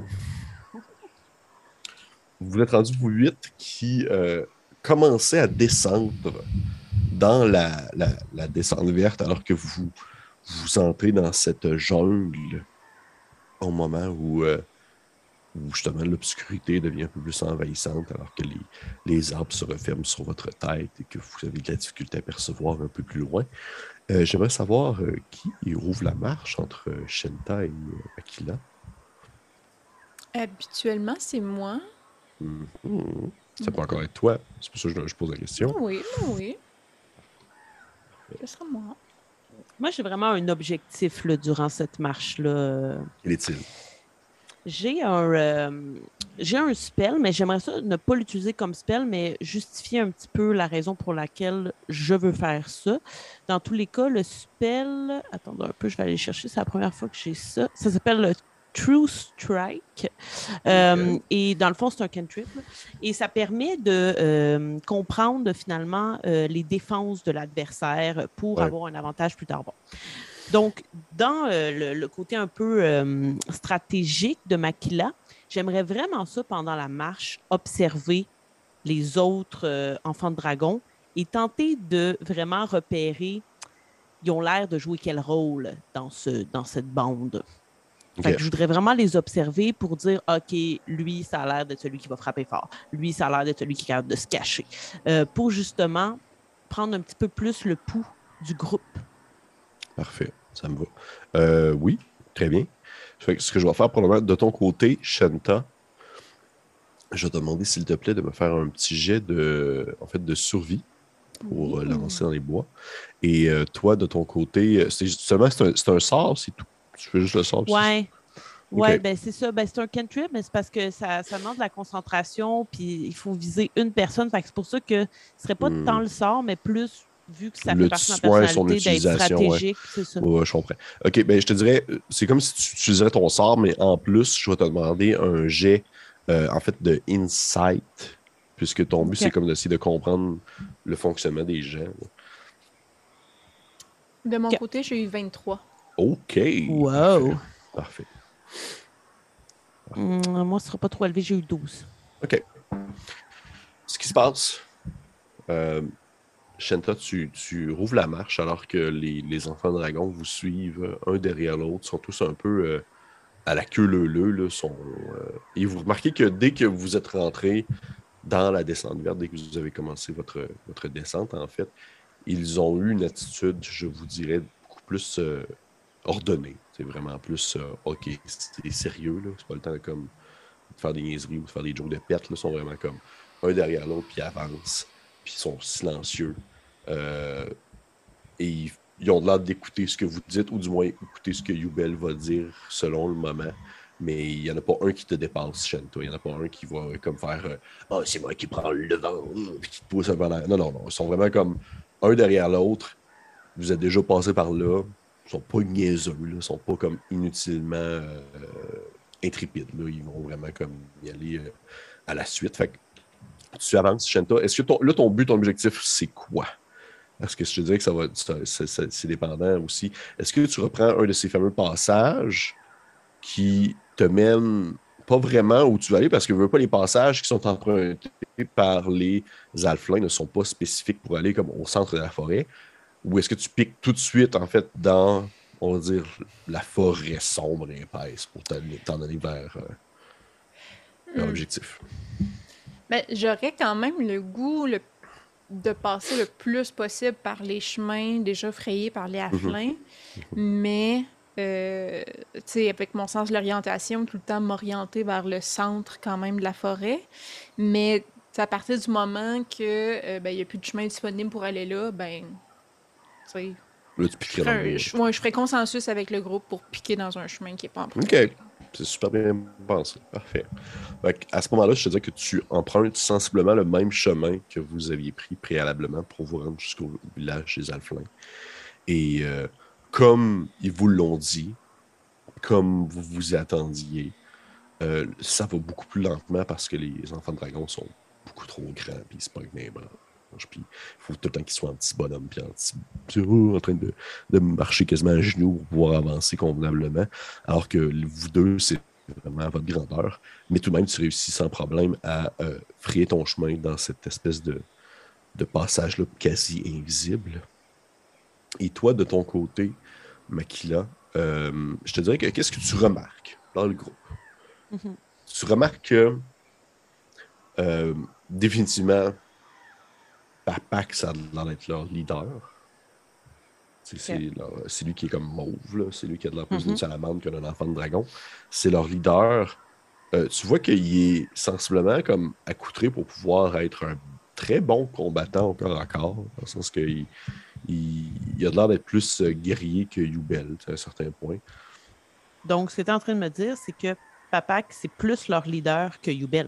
Vous êtes rendu vous huit qui euh, commençaient à descendre dans la, la, la descente verte alors que vous, vous entrez dans cette jungle au moment où, euh, où justement l'obscurité devient un peu plus envahissante alors que les, les arbres se referment sur votre tête et que vous avez de la difficulté à percevoir un peu plus loin. Euh, j'aimerais savoir euh, qui rouvre la marche entre euh, Shenta et euh, Aquila. Habituellement, c'est moi. Mm-hmm. Ça peut encore être toi. C'est pour ça que je, je pose la question. Oui, oui. Ce sera moi. Moi, j'ai vraiment un objectif là, durant cette marche-là. Quel est-il? J'ai un, euh, j'ai un spell, mais j'aimerais ça ne pas l'utiliser comme spell, mais justifier un petit peu la raison pour laquelle je veux faire ça. Dans tous les cas, le spell... Attendez un peu, je vais aller chercher. C'est la première fois que j'ai ça. Ça s'appelle le True Strike. Euh, okay. Et dans le fond, c'est un cantrip. Là. Et ça permet de euh, comprendre finalement euh, les défenses de l'adversaire pour ouais. avoir un avantage plus tard. Bon. Donc, dans euh, le, le côté un peu euh, stratégique de Makila, j'aimerais vraiment ça, pendant la marche, observer les autres euh, enfants de dragon et tenter de vraiment repérer, ils ont l'air de jouer quel rôle dans, ce, dans cette bande. Okay. Fait que je voudrais vraiment les observer pour dire, OK, lui, ça a l'air d'être celui qui va frapper fort. Lui, ça a l'air d'être celui qui est capable de se cacher. Euh, pour justement prendre un petit peu plus le pouls du groupe. Parfait, ça me va. Euh, oui, très bien. Fait que ce que je vais faire probablement de ton côté, Shenta, je vais te demander, s'il te plaît, de me faire un petit jet de, en fait, de survie pour mmh. lancer dans les bois. Et euh, toi, de ton côté, c'est seulement c'est un, c'est un sort, c'est tout. Tu fais juste le sort. Ouais. Oui, okay. ben c'est ça. Ben, c'est un cantrip, mais c'est parce que ça, ça demande de la concentration, puis il faut viser une personne. Fait que c'est pour ça que ce ne serait pas mmh. tant le sort, mais plus vu que ça Le fait partie de ma soin, son personnalité d'être utilisation, ouais. stratégique, c'est ça. Ouais, je comprends. OK, ben je te dirais, euh, c'est comme si tu utiliserais ton sort, mais en plus, je vais te demander un jet, euh, en fait, de insight, puisque ton but, OK. c'est comme d'essayer de comprendre le fonctionnement des gens. là. De mon Ok. côté, j'ai eu vingt-trois. OK. Wow. Parfait. Parfait. Hum, moi, ce sera pas trop élevé, j'ai eu douze. OK. Ce qui se passe, euh, Shenta, tu, tu rouvres la marche alors que les, les enfants dragons vous suivent euh, un derrière l'autre, sont tous un peu euh, à la queue leu-leu. Là, sont, euh, et vous remarquez que dès que vous êtes rentrés dans la descente verte, dès que vous avez commencé votre, votre descente, en fait, ils ont eu une attitude, je vous dirais, beaucoup plus euh, ordonnée. C'est vraiment plus, euh, OK, c'est sérieux, là. C'est pas le temps de, comme, de faire des niaiseries ou de faire des jokes de pète. Ils sont vraiment comme un derrière l'autre, puis ils avancent, puis ils sont silencieux. Euh, et ils, ils ont l'air d'écouter ce que vous dites, ou du moins écouter ce que Yubel va dire selon le moment. Mais il n'y en a pas un qui te dépasse, Shanta. Il n'y en a pas un qui va euh, comme faire euh, Ah, c'est moi qui prends le devant, puis qui te pousse un peu en arrière. Non, non, non. Ils sont vraiment comme un derrière l'autre. Vous êtes déjà passé par là. Ils sont pas niaiseux, là. Ils sont pas comme inutilement euh, intrépides. Là. Ils vont vraiment comme y aller euh, à la suite. Fait que tu avances, Shanta. Est-ce que ton, là, ton but, ton objectif, c'est quoi? Parce que je te dirais que ça va, ça- ça- ça- c'est dépendant aussi. Est-ce que tu reprends un de ces fameux passages qui te mènent pas vraiment où tu vas aller? Parce que je veux pas, les passages qui sont empruntés par les Alflins ne sont pas spécifiques pour aller comme au centre de la forêt. Ou est-ce que tu piques tout de suite, en fait, dans, on va dire, la forêt sombre et épaisse pour t'en t'en aller vers, euh, vers Hmm. l'objectif? Ben, j'aurais quand même le goût le- de passer le plus possible par les chemins déjà frayés par les halflings, mais euh, tu sais, avec mon sens de l'orientation, tout le temps m'orienter vers le centre quand même de la forêt. Mais tu sais, à partir du moment que euh, ben, il n'y a plus de chemin disponible pour aller là, ben, tu sais, Là, tu je piquerais dans le ferais, un- bois. je, ouais, je ferais consensus avec le groupe pour piquer dans un chemin qui n'est pas OK. emprunté. C'est super bien pensé. Parfait. Fait à ce moment-là, je te dis que tu empruntes sensiblement le même chemin que vous aviez pris préalablement pour vous rendre jusqu'au village des Alflins. Et euh, comme ils vous l'ont dit, comme vous vous y attendiez, euh, ça va beaucoup plus lentement parce que les enfants de dragon sont beaucoup trop grands, puis ils se pognent les branches, puis il faut tout le temps qu'ils soient en petit bonhomme, puis en, petit, en train de, de marcher quasiment à genoux pour pouvoir avancer convenablement, alors que vous deux, c'est vraiment à votre grandeur, mais tout de même, tu réussis sans problème à euh, frayer ton chemin dans cette espèce de, de passage-là quasi invisible. Et toi, de ton côté, Makila, euh, je te dirais que qu'est-ce que tu remarques dans le groupe? Mhm. Tu remarques que euh, définitivement, Papak, ça a l'air d'être leur leader. C'est, c'est, Ok. leur- c'est lui qui est comme mauve, là. C'est lui qui a de l'air plus d'une Mhm. salamandre qu'un enfant de dragon. C'est leur leader. Euh, tu vois qu'il est sensiblement comme accoutré pour pouvoir être un très bon combattant au corps à corps, dans le sens qu'il il, il a de l'air d'être plus euh, guerrier que Yubel, à un certain point. Donc, ce que tu es en train de me dire, c'est que Papak, c'est plus leur leader que Yubel.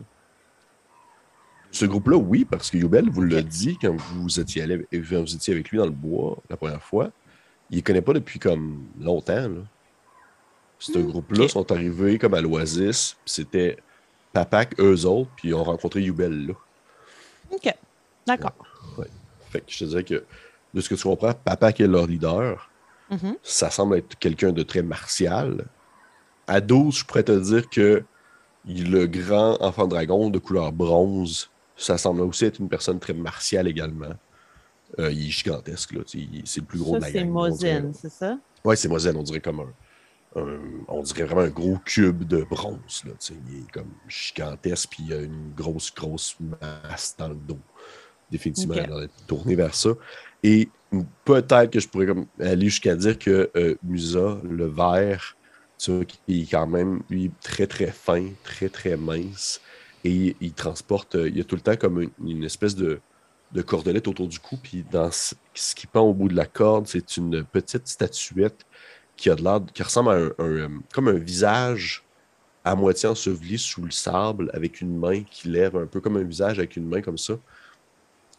Ce groupe-là, oui, parce que Yubel vous l'a OK. dit quand vous étiez, allé, quand vous étiez avec lui dans le bois la première fois. Il ne connaît pas depuis comme longtemps. Là. Ce groupe-là OK. sont arrivés comme à l'Oasis, puis c'était Papak, eux autres, puis ils ont rencontré Yubel là. OK. Ouais, D'accord. ouais. Fait que je te dirais que de ce que tu comprends, Papak est leur leader. Mhm. Ça semble être quelqu'un de très martial. À douze, je pourrais te dire que le grand enfant dragon de couleur bronze, ça semble aussi être une personne très martiale également. Euh, il est gigantesque, là. Il- C'est le plus gros Ça, de la c'est gang. On dirait. Mozen, c'est ça? Ouais, c'est Mozen, on dirait comme un, un- on dirait vraiment un gros cube de bronze. Là, il est comme gigantesque, puis il a une grosse, grosse masse dans le dos. Définitivement, OK. elle a tourné vers ça. Et peut-être que je pourrais comme aller jusqu'à dire que euh, Musa, le vert, tu vois, il est quand même, lui, très, très fin, très, très mince. Et il transporte, euh, il y a tout le temps comme une, une espèce de, de cordelette autour du cou. Puis dans ce, ce qui pend au bout de la corde, c'est une petite statuette qui a de l'air, qui ressemble à un, un, comme un visage à moitié enseveli sous le sable avec une main qui lève un peu comme un visage avec une main comme ça.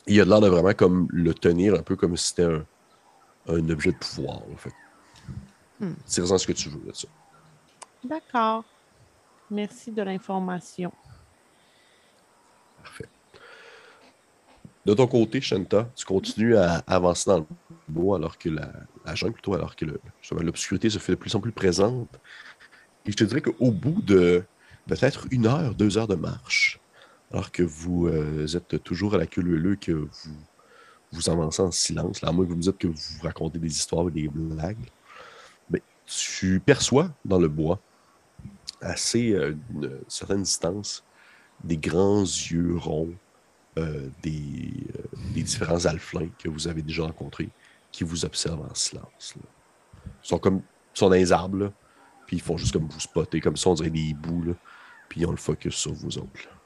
il a l'air de vraiment comme le tenir un peu comme si c'était un, un objet de pouvoir. En fait. Hmm. Tire-en ce que tu veux de ça. D'accord. Merci de l'information. Parfait. De ton côté, Shanta, tu continues à avancer dans le bois alors que la, la jungle, plutôt, alors que le, justement, l'obscurité se fait de plus en plus présente. Et je te dirais qu'au bout de peut-être une heure, deux heures de marche, alors que vous euh, êtes toujours à la queue leu-leu, que vous, vous avancez en silence, là, à moins que vous me dites que vous racontez des histoires ou des blagues, mais tu perçois dans le bois, assez euh, une certaine distance, des grands yeux ronds, euh, des, euh, des différents alflins que vous avez déjà rencontrés, qui vous observent en silence. Là. Ils sont comme ils sont dans les arbres, là, puis ils font juste comme vous spotter, comme ça, on dirait des hiboux, là, puis ils ont le focus sur vous autres. Là.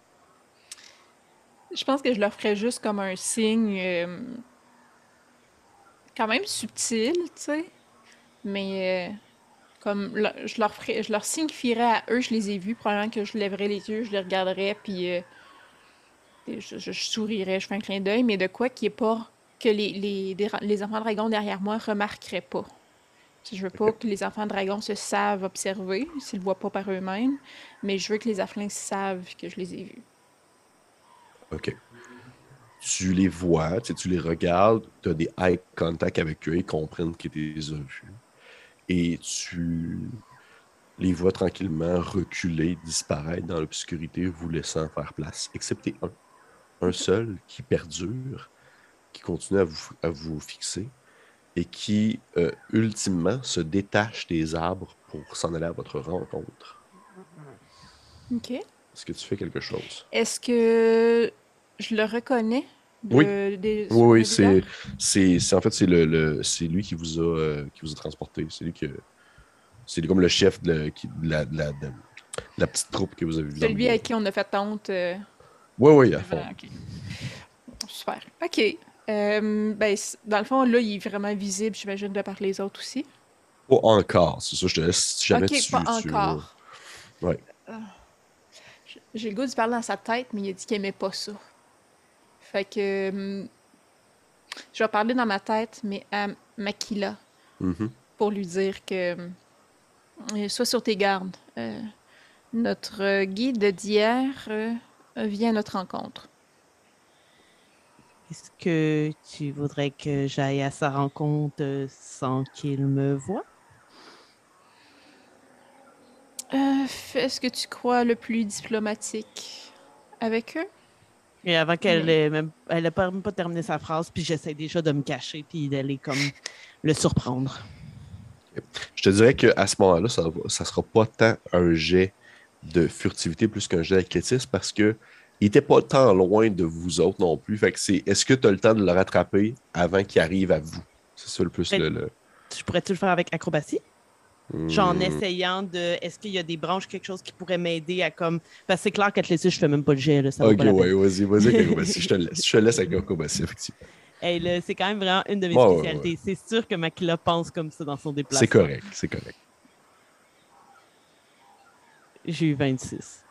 Je pense que je leur ferais juste comme un signe euh, quand même subtil, tu sais. Mais euh, comme le- je leur ferais, je leur signifierais à eux, je les ai vus, probablement que je lèverais les yeux, je les regarderais, puis euh, je, je- je sourirais, je fais un clin d'œil, mais de quoi qui est pas que les, les, des- les enfants dragons derrière moi remarqueraient pas. Je veux pas OK. que les enfants dragons se savent observer, s'ils le voient pas par eux-mêmes, mais je veux que les afflins savent que je les ai vus. OK. Tu les vois, tu sais, tu les regardes, tu as des eye contact avec eux, ils comprennent que tu les as vus. Et tu les vois tranquillement reculer, disparaître dans l'obscurité, vous laissant faire place, excepté un. Un Ok. seul qui perdure, qui continue à vous, à vous fixer et qui, euh, ultimement, se détache des arbres pour s'en aller à votre rencontre. Ok. Est-ce que tu fais quelque chose? Est-ce que je le reconnais Oui, de, des, oui, sur un oui, c'est, regard? c'est, c'est- en fait, c'est le, le- c'est lui qui vous a, euh, qui vous a transporté. C'est lui que, c'est lui comme le chef de, la, qui- de la, de la- de la petite troupe que vous avez vue dans le Celui bois. à qui on a fait honte. euh, Oui, oui, à fond. devant- ok. Super. OK. Euh, ben, c- dans le fond, là, il est vraiment visible, j'imagine, de par les autres aussi. Pas encore, c'est ça, je te laisse, si jamais OK, pas tu, tu veux. encore. Ouais. J- J'ai le goût de parler dans sa tête, mais il a dit qu'il aimait pas ça. Fait que hum, je vais parler dans ma tête, mais à Makila, Mhm. pour lui dire que hum, euh, sois sur tes gardes. Euh, notre euh, guide d'hier euh, vient à notre rencontre. Est-ce que tu voudrais que j'aille à sa rencontre euh, sans qu'il me voie? Euh, fais ce que tu crois le plus diplomatique avec eux. Et avant qu'elle Mais ait même, elle a pas, même pas terminé sa phrase, puis j'essaie déjà de me cacher, puis d'aller comme le surprendre. Je te dirais qu'à ce moment-là, ça ne sera pas tant un jet de furtivité plus qu'un jet d'athlétisme parce que il n'était pas tant loin de vous autres non plus. Fait que c'est est-ce que tu as le temps de le rattraper avant qu'il arrive à vous? C'est ça le plus le. le... Je pourrais-tu le faire avec acrobatie? Genre en Hmm. essayant de. Est-ce qu'il y a des branches, quelque chose qui pourrait m'aider à comme. Parce que c'est clair qu'athlétisme, je fais même pas le jet, là, ça vaut Ok, pas la peine. ouais, vas-y, vas-y avec l'acrobatie. Je te laisse. Je te laisse avec l'acrobatie, effectivement. Hey, là, c'est quand même vraiment une de mes Ouais, ouais, ouais. spécialités. C'est sûr que Makila pense comme ça dans son C'est déplacement. correct, c'est correct. J'ai eu vingt-six.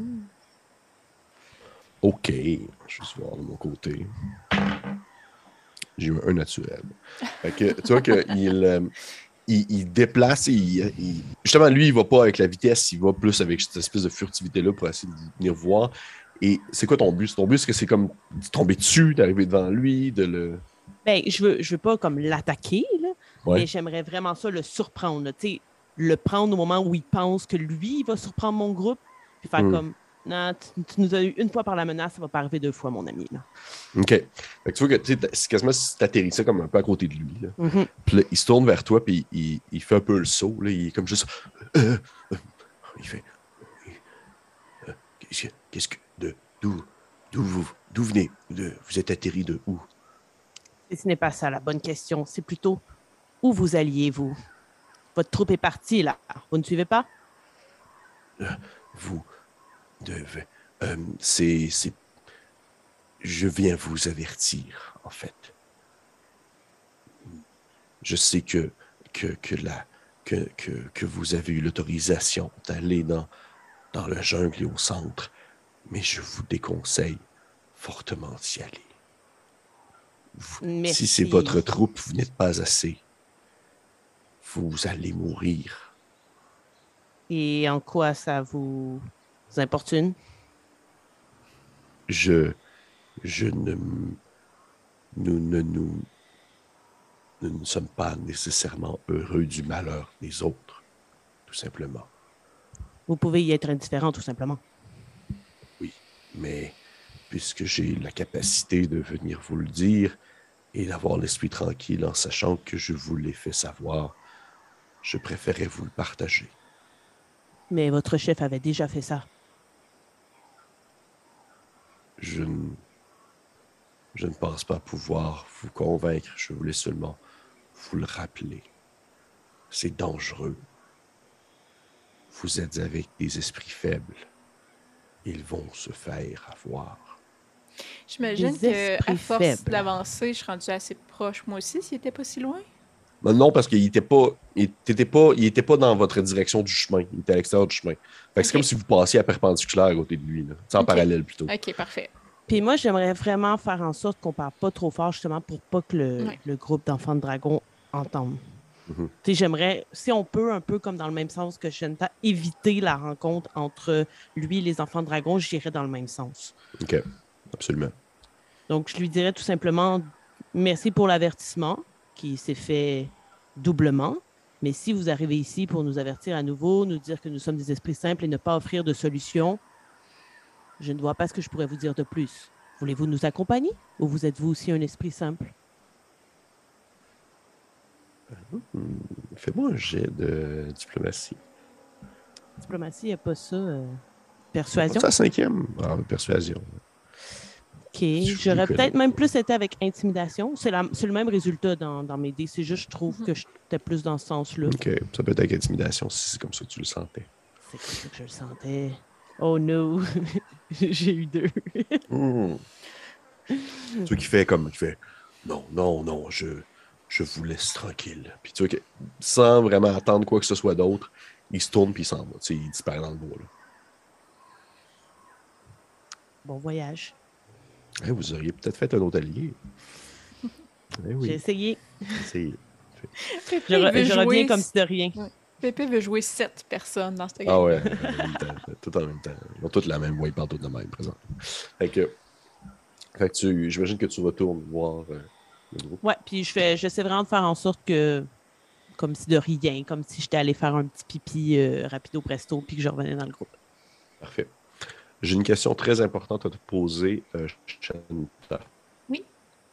OK. Je vais juste voir de mon côté. J'ai eu un naturel. Fait que, tu vois qu'il euh, il, il déplace, il, il- justement, lui, il va pas avec la vitesse, il va plus avec cette espèce de furtivité-là pour essayer de venir voir. Et c'est quoi ton but? Ton but, est-ce que c'est comme de tomber dessus, d'arriver devant lui, de le... Ben, je veux, je veux pas comme l'attaquer, là, Ouais. mais j'aimerais vraiment ça le surprendre. Là. Tu sais, le prendre au moment où il pense que lui, il va surprendre mon groupe, puis faire Hmm. comme non, tu, tu nous as eu une fois par la menace, ça va pas arriver deux fois, mon ami. Là. OK. Fait que tu vois que tu sais, c'est quasiment si tu atterrissais comme un peu à côté de lui. Là. Mhm. Puis là, il se tourne vers toi, puis il, il fait un peu le saut. Là. Il est comme juste... Euh, euh, il fait... euh, qu'est-ce que... Qu'est-ce que... De... D'où... D'où vous... D'où venez? De, vous êtes atterri de où? Et ce n'est pas ça la bonne question, c'est plutôt où vous alliez, vous? Votre troupe est partie, là. Vous ne suivez pas? Euh, vous devez... Euh, c'est... c'est... Je viens vous avertir, en fait. Je sais que, que, que, la, que, que, que vous avez eu l'autorisation d'aller dans, dans le jungle et au centre, mais je vous déconseille fortement d'y aller. Merci. Si c'est votre troupe, vous n'êtes pas assez. Vous allez mourir. Et en quoi ça vous importune? Je... Je ne... Nous ne nous... Nous ne sommes pas nécessairement heureux du malheur des autres, tout simplement. Vous pouvez y être indifférent, tout simplement. Oui, mais puisque j'ai la capacité de venir vous le dire et d'avoir l'esprit tranquille en sachant que je vous l'ai fait savoir, je préférais vous le partager. Mais votre chef avait déjà fait ça. Je ne, je ne pense pas pouvoir vous convaincre, je voulais seulement vous le rappeler. C'est dangereux. Vous êtes avec des esprits faibles. Ils vont se faire avoir. J'imagine Des qu'à esprits force faibles. d'avancer, je suis rendue assez proche, moi aussi, s'il était pas si loin. Mais non, parce qu'il était pas, il était pas, il était pas dans votre direction du chemin. Il était à l'extérieur du chemin. Fait que Ok. c'est comme si vous passiez à perpendiculaire à côté de lui. Là. C'est en Ok. parallèle plutôt. Ok, parfait. Puis moi, j'aimerais vraiment faire en sorte qu'on parle pas trop fort, justement, pour pas que le, Ouais. le groupe d'enfants de dragon entende. Mhm. Tu sais, j'aimerais, si on peut, un peu comme dans le même sens que Shenta, éviter la rencontre entre lui et les enfants de dragon, j'irais dans le même sens. OK. Absolument. Donc, je lui dirais tout simplement merci pour l'avertissement qui s'est fait doublement. Mais si vous arrivez ici pour nous avertir à nouveau, nous dire que nous sommes des esprits simples et ne pas offrir de solution, je ne vois pas ce que je pourrais vous dire de plus. Voulez-vous nous accompagner ou vous êtes-vous aussi un esprit simple? Hmm. Fais-moi un jet de diplomatie. Diplomatie, il n'y a pas ça. euh, C'est Persuasion? la cinquième? Ah, persuasion. OK. Je J'aurais connais. peut-être même plus été avec intimidation. C'est la- c'est le même résultat dans, dans mes dés. C'est juste, je trouve que j'étais plus dans ce sens-là. OK. Ça peut être avec intimidation si c'est comme ça que tu le sentais. C'est comme ça que je le sentais. Oh no! J'ai eu deux. Hmm. Tu vois qu'il fait comme, il fait non, non, non, je, je vous laisse tranquille. Puis tu vois que sans vraiment attendre quoi que ce soit d'autre, il se tourne puis il s'en va. Tu sais, il disparaît dans le bois. Là. Bon voyage. Eh, vous auriez peut-être fait un autre allié. Eh J'ai oui, essayé. c'est. Pépé Je, re- veut je jouer... reviens comme si de rien. Pépé veut jouer sept personnes dans cette game. Ah ouais, en même temps, tout en même temps. Ils ont toutes la même, ouais, ils parlent toutes de même, présent. Fait que, fait que tu, j'imagine que tu retournes voir euh, le groupe. Ouais, puis je fais, j'essaie vraiment de faire en sorte que, comme si de rien, comme si j'étais allé faire un petit pipi euh, rapido presto, puis que je revenais dans le groupe. Parfait. J'ai une question très importante à te poser, euh, Shanta. Oui.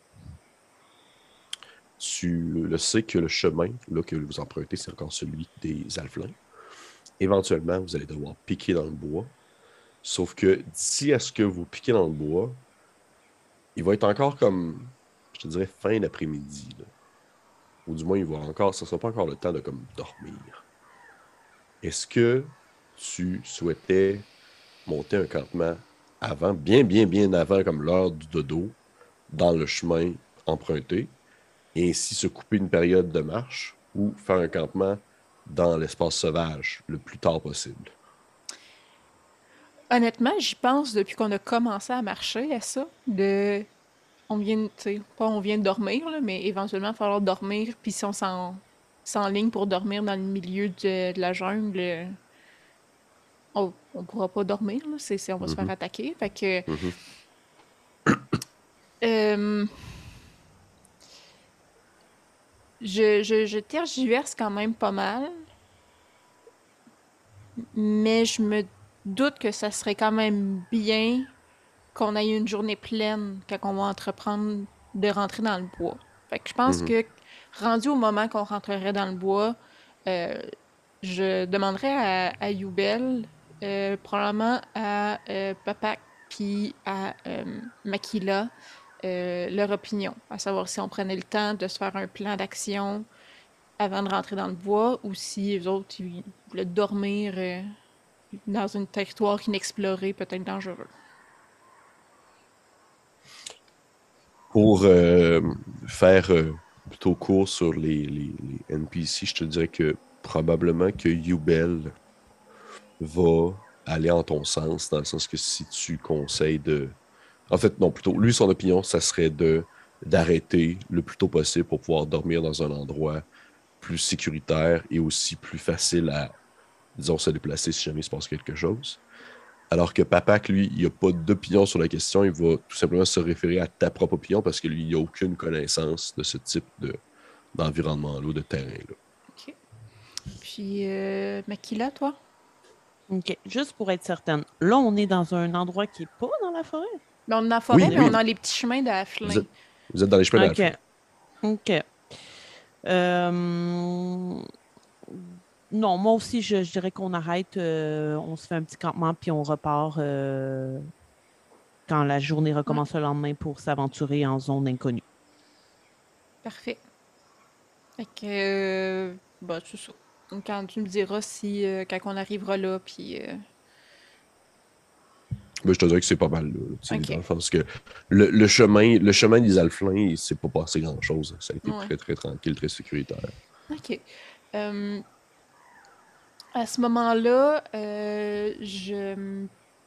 Tu le sais que le chemin là, que vous empruntez, c'est encore celui des Alflins. Éventuellement, vous allez devoir piquer dans le bois. Sauf que d'ici à ce que vous piquez dans le bois, il va être encore comme, je te dirais, fin d'après-midi. Là. Ou du moins, il va encore, ça ne sera pas encore le temps de comme dormir. Est-ce que tu souhaitais monter un campement avant, bien, bien, bien avant, comme l'heure du dodo, dans le chemin emprunté, et ainsi se couper une période de marche ou faire un campement dans l'espace sauvage le plus tard possible? Honnêtement, j'y pense depuis qu'on a commencé à marcher à ça. De... On vient, de- tu sais, pas on vient de dormir, là, mais éventuellement, il va falloir dormir. Puis si on s'en s'enligne pour dormir dans le milieu de, de la jungle, euh, on, on pourra pas dormir, là. C'est, c'est- on va se faire Mhm. attaquer. Fait que... Mhm. euh, je, je, je tergiverse quand même pas mal. Mais je me doute que ça serait quand même bien qu'on ait une journée pleine quand on va entreprendre de rentrer dans le bois. Fait que je pense Mhm. que rendu au moment qu'on rentrerait dans le bois, euh, je demanderais à, à Youbel, euh, probablement à euh, Papak puis à euh, Makila, euh, leur opinion, à savoir si on prenait le temps de se faire un plan d'action avant de rentrer dans le bois ou si les autres ils voulaient dormir euh, dans un territoire inexploré, peut-être dangereux. Pour euh, faire euh, plutôt court sur les, les, les N P C, je te dirais que probablement que Yubel va aller en ton sens, dans le sens que si tu conseilles de... En fait, non, plutôt, lui, son opinion, ça serait de d'arrêter le plus tôt possible pour pouvoir dormir dans un endroit plus sécuritaire et aussi plus facile à, disons, se déplacer si jamais il se passe quelque chose. Alors que Papak, lui, il n'a pas d'opinion sur la question, il va tout simplement se référer à ta propre opinion parce que lui, il n'a aucune connaissance de ce type de, d'environnement-là, de terrain-là. OK. Puis, euh, Makila, toi? OK. Juste pour être certaine, là, on est dans un endroit qui n'est pas dans la forêt? Ben, on est dans la forêt, Oui, mais oui. on a les petits chemins de Halfling. Vous êtes, vous êtes dans les chemins OK. d'Halfling. OK. Euh... Non, moi aussi, je, je dirais qu'on arrête, euh, on se fait un petit campement, puis on repart euh, quand la journée recommence le lendemain pour s'aventurer en zone inconnue. Parfait. Fait que, euh, bah, c'est ça. Donc, quand tu me diras si, euh, quand on arrivera là, puis... euh, Ben, je te dirais que c'est pas mal, là, tu sais, Ok. dans le sens que le, le, chemin, le chemin des Alflins, il s'est pas passé grand-chose. Ça a été Ouais. très, très tranquille, très sécuritaire. OK. Euh, à ce moment-là, euh, je...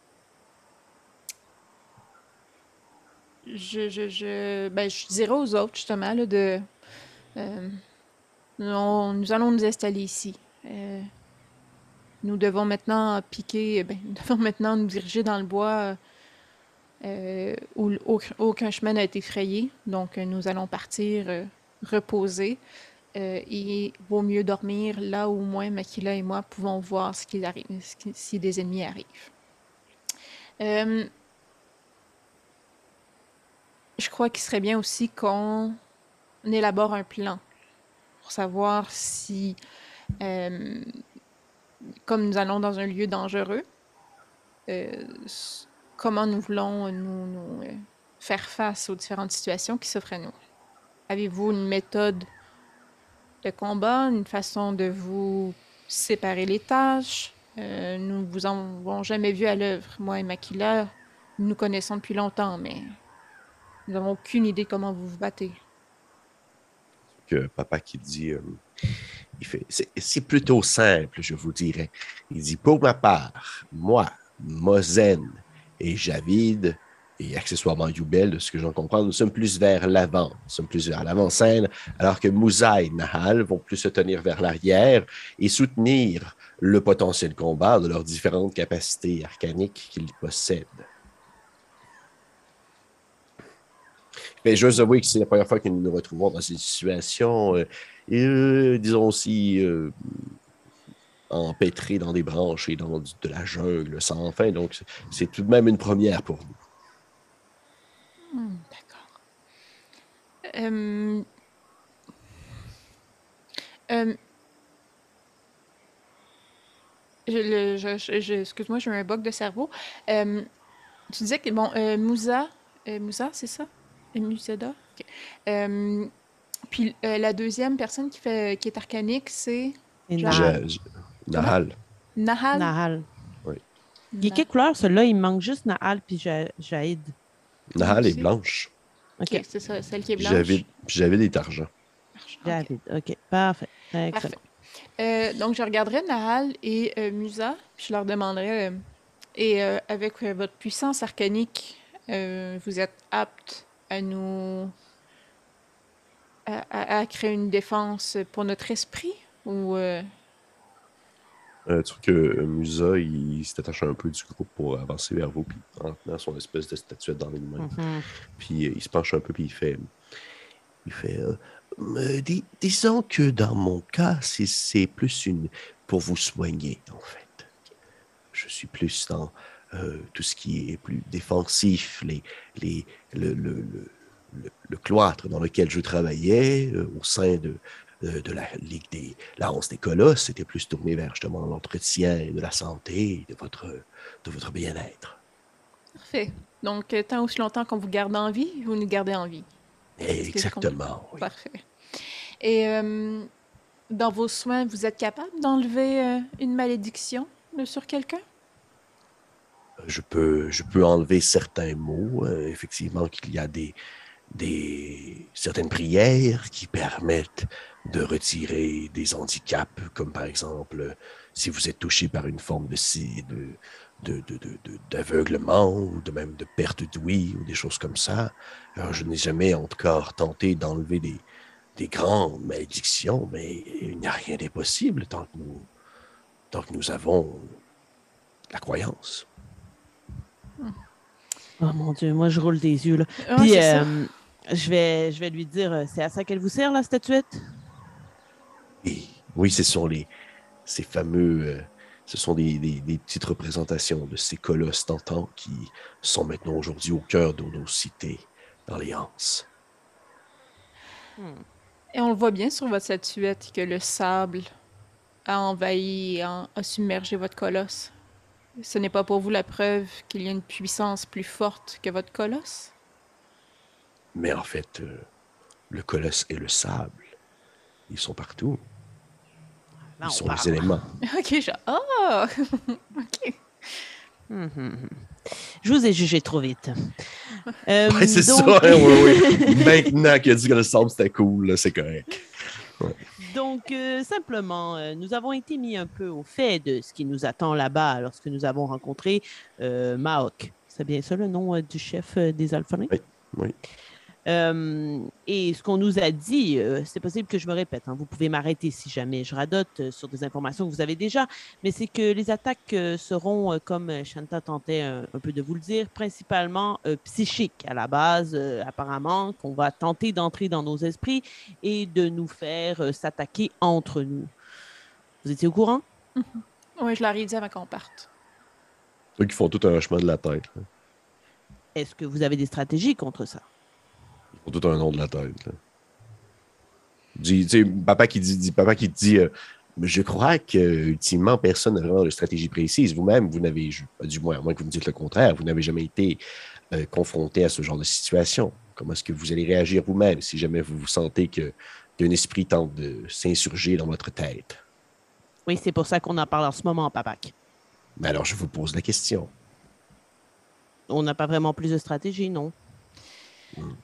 Je, je, je, ben, je dirais aux autres, justement, là, de... euh, on- nous allons nous installer ici. Euh, nous devons maintenant piquer... Ben, nous devons maintenant nous diriger dans le bois euh, où l- aucun, aucun chemin n'a été frayé. Donc, euh, nous allons partir euh, reposer. Euh, il vaut mieux dormir là où au moins Makila et moi pouvons voir ce qui arrive, ce qui- si des ennemis arrivent. Euh, je crois qu'il serait bien aussi qu'on élabore un plan pour savoir si, euh, comme nous allons dans un lieu dangereux, euh, s- comment nous voulons nous, nous, euh, faire face aux différentes situations qui s'offrent à nous. Avez-vous une méthode de combat, une façon de vous séparer les tâches? Euh, nous ne vous en avons jamais vu à l'œuvre. Moi et Makila, nous nous connaissons depuis longtemps, mais nous n'avons aucune idée comment vous vous battez. Que papa qui dit, euh, il fait, c'est, c'est plutôt simple, je vous dirais. Il dit, pour ma part, moi, Mozen et Javid, et accessoirement Youbel, de ce que j'en comprends, nous sommes plus vers l'avant, nous sommes plus vers l'avant-scène, alors que Moussa et Nahal vont plus se tenir vers l'arrière et soutenir le potentiel combat de leurs différentes capacités arcaniques qu'ils possèdent. Mais je dois avouer que c'est la première fois que nous nous retrouvons dans une situation, euh, euh, disons aussi, euh, empêtrée dans des branches et dans du- de la jungle sans fin. Donc, c'est- c'est tout de même une première pour nous. Hmm, d'accord. Euh, euh, je, le- je- je- je- excuse-moi, j'ai eu un bug de cerveau. Euh, tu disais que, bon, euh, Moussa, euh, Moussa, c'est ça? Euh, Musada? Ok. Euh, puis euh, la deuxième personne qui fait, qui est arcanique, c'est Et Ja- Nahal. Je- je- Nahal, Nahal? Nahal. oui. Il est Na- quelle couleur, celui-là? Il me manque juste Nahal puis Ja- Jaïd. Moi Nahal est aussi. blanche. Ok, OK. c'est ça, celle qui est Puis blanche. Javid, puis Javid est argent. Marche. Ok. Javid. OK. Parfait. Parfait. Excellent. Euh, donc, je regarderai Nahal et euh, Musa, puis je leur demanderai, euh, et euh, avec euh, votre puissance arcanique, euh, vous êtes apte à nous... à, à- à créer une défense pour notre esprit? Ou... euh, Euh, tu trouves que euh, Musa, il, il se détache un peu du groupe pour avancer vers vous, puis en tenant son espèce de statuette dans les mains. Mhm. Puis euh, il se penche un peu, puis il fait... Il fait... euh, euh, dis- disons que dans mon cas, c'est, c'est plus une... pour vous soigner, en fait. Je suis plus dans euh, tout ce qui est plus défensif, les, les, le, le, le, le, le cloître dans lequel je travaillais euh, au sein de, de, de la Ligue des la Hanse des Colosses, c'était plus tourné vers justement l'entretien de la santé, de votre, de votre bien-être. Parfait. Donc, euh, tant aussi longtemps qu'on vous garde en vie, vous nous gardez en vie. Et Est-ce que j'ai compris? exactement, oui. Parfait. Et euh, dans vos soins, vous êtes capable d'enlever euh, une malédiction euh, sur quelqu'un? Je peux, je peux enlever certains mots. Euh, effectivement, qu'il y a des, des, certaines prières qui permettent de retirer des handicaps, comme par exemple, si vous êtes touché par une forme de, si- de, de, de, de, de, d'aveuglement ou de même de perte d'ouïe ou des choses comme ça. Alors, je n'ai jamais encore tenté d'enlever des, des grandes malédictions, mais il n'y a rien d'impossible tant que nous, tant que nous avons la croyance. Oh mon Dieu, moi je roule des yeux là. Ah, Puis c'est ça. euh, je vais, je vais lui dire, euh, c'est à ça qu'elle vous sert la statuette? Et oui, ce sont les, ces fameux, euh, ce sont des, des, des petites représentations de ces colosses tentants qui sont maintenant aujourd'hui au cœur de nos cités, dans les Hanses. Hmm. Et on le voit bien sur votre statuette que le sable a envahi et a, a submergé votre colosse. Ce n'est pas pour vous la preuve qu'il y a une puissance plus forte que votre colosse? Mais en fait, euh, le colosse et le sable, ils sont partout. Là, Ils on sont les parle. éléments. Ok, genre, ah! Ok. Hum, hum, hum. Je vous ai jugé trop vite. Euh, Ouais, c'est donc... ça, hein, oui, oui. Maintenant qu'il a dit que le sable c'était cool, là, c'est correct. Ouais. Donc, euh, simplement, euh, nous avons été mis un peu au fait de ce qui nous attend là-bas lorsque nous avons rencontré euh, Maok. C'est bien ça le nom euh, du chef euh, des Alphalins? Oui, oui. Euh, et ce qu'on nous a dit, euh, c'est possible que je me répète, hein, vous pouvez m'arrêter si jamais je radote euh, sur des informations que vous avez déjà, mais c'est que les attaques euh, seront, euh, comme euh, Shanta tentait un, un peu de vous le dire, principalement euh, psychiques à la base, euh, apparemment, qu'on va tenter d'entrer dans nos esprits et de nous faire euh, s'attaquer entre nous. Vous étiez au courant? Oui, je leur ai dit avant qu'on parte. Ceux qui font tout un chemin de la tête. Là. Est-ce que vous avez des stratégies contre ça? Ils font tout un nom de la tête. Là. Du, tu sais, papa qui dit, dit- papa qui dit euh, je crois que ultimement, personne n'a vraiment de stratégie précise. Vous-même, vous n'avez, du moins, à moins que vous me dites le contraire, vous n'avez jamais été euh, confronté à ce genre de situation. Comment est-ce que vous allez réagir vous-même si jamais vous vous sentez que qu'un esprit tente de s'insurger dans votre tête? Oui, c'est pour ça qu'on en parle en ce moment, Papac. Mais alors, je vous pose la question. On n'a pas vraiment plus de stratégie, non? Hmm.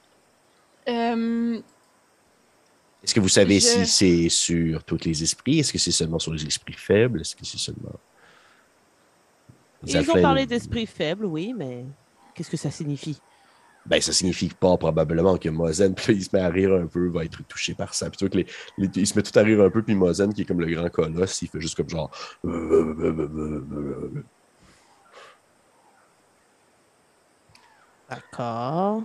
Euh, Est-ce que vous savez je... si c'est sur tous les esprits? Est-ce que c'est seulement sur les esprits faibles? Est-ce que c'est seulement... Les Ils ont Alphelins, parlé d'esprit faible, oui, mais qu'est-ce que ça signifie? ben, ça signifie pas probablement que Mozen, puis là, il se met à rire un peu, va être touché par ça. Puis tu vois que les, les- il se met tout à rire un peu, puis Mozen, qui est comme le grand colosse, il fait juste comme genre... D'accord.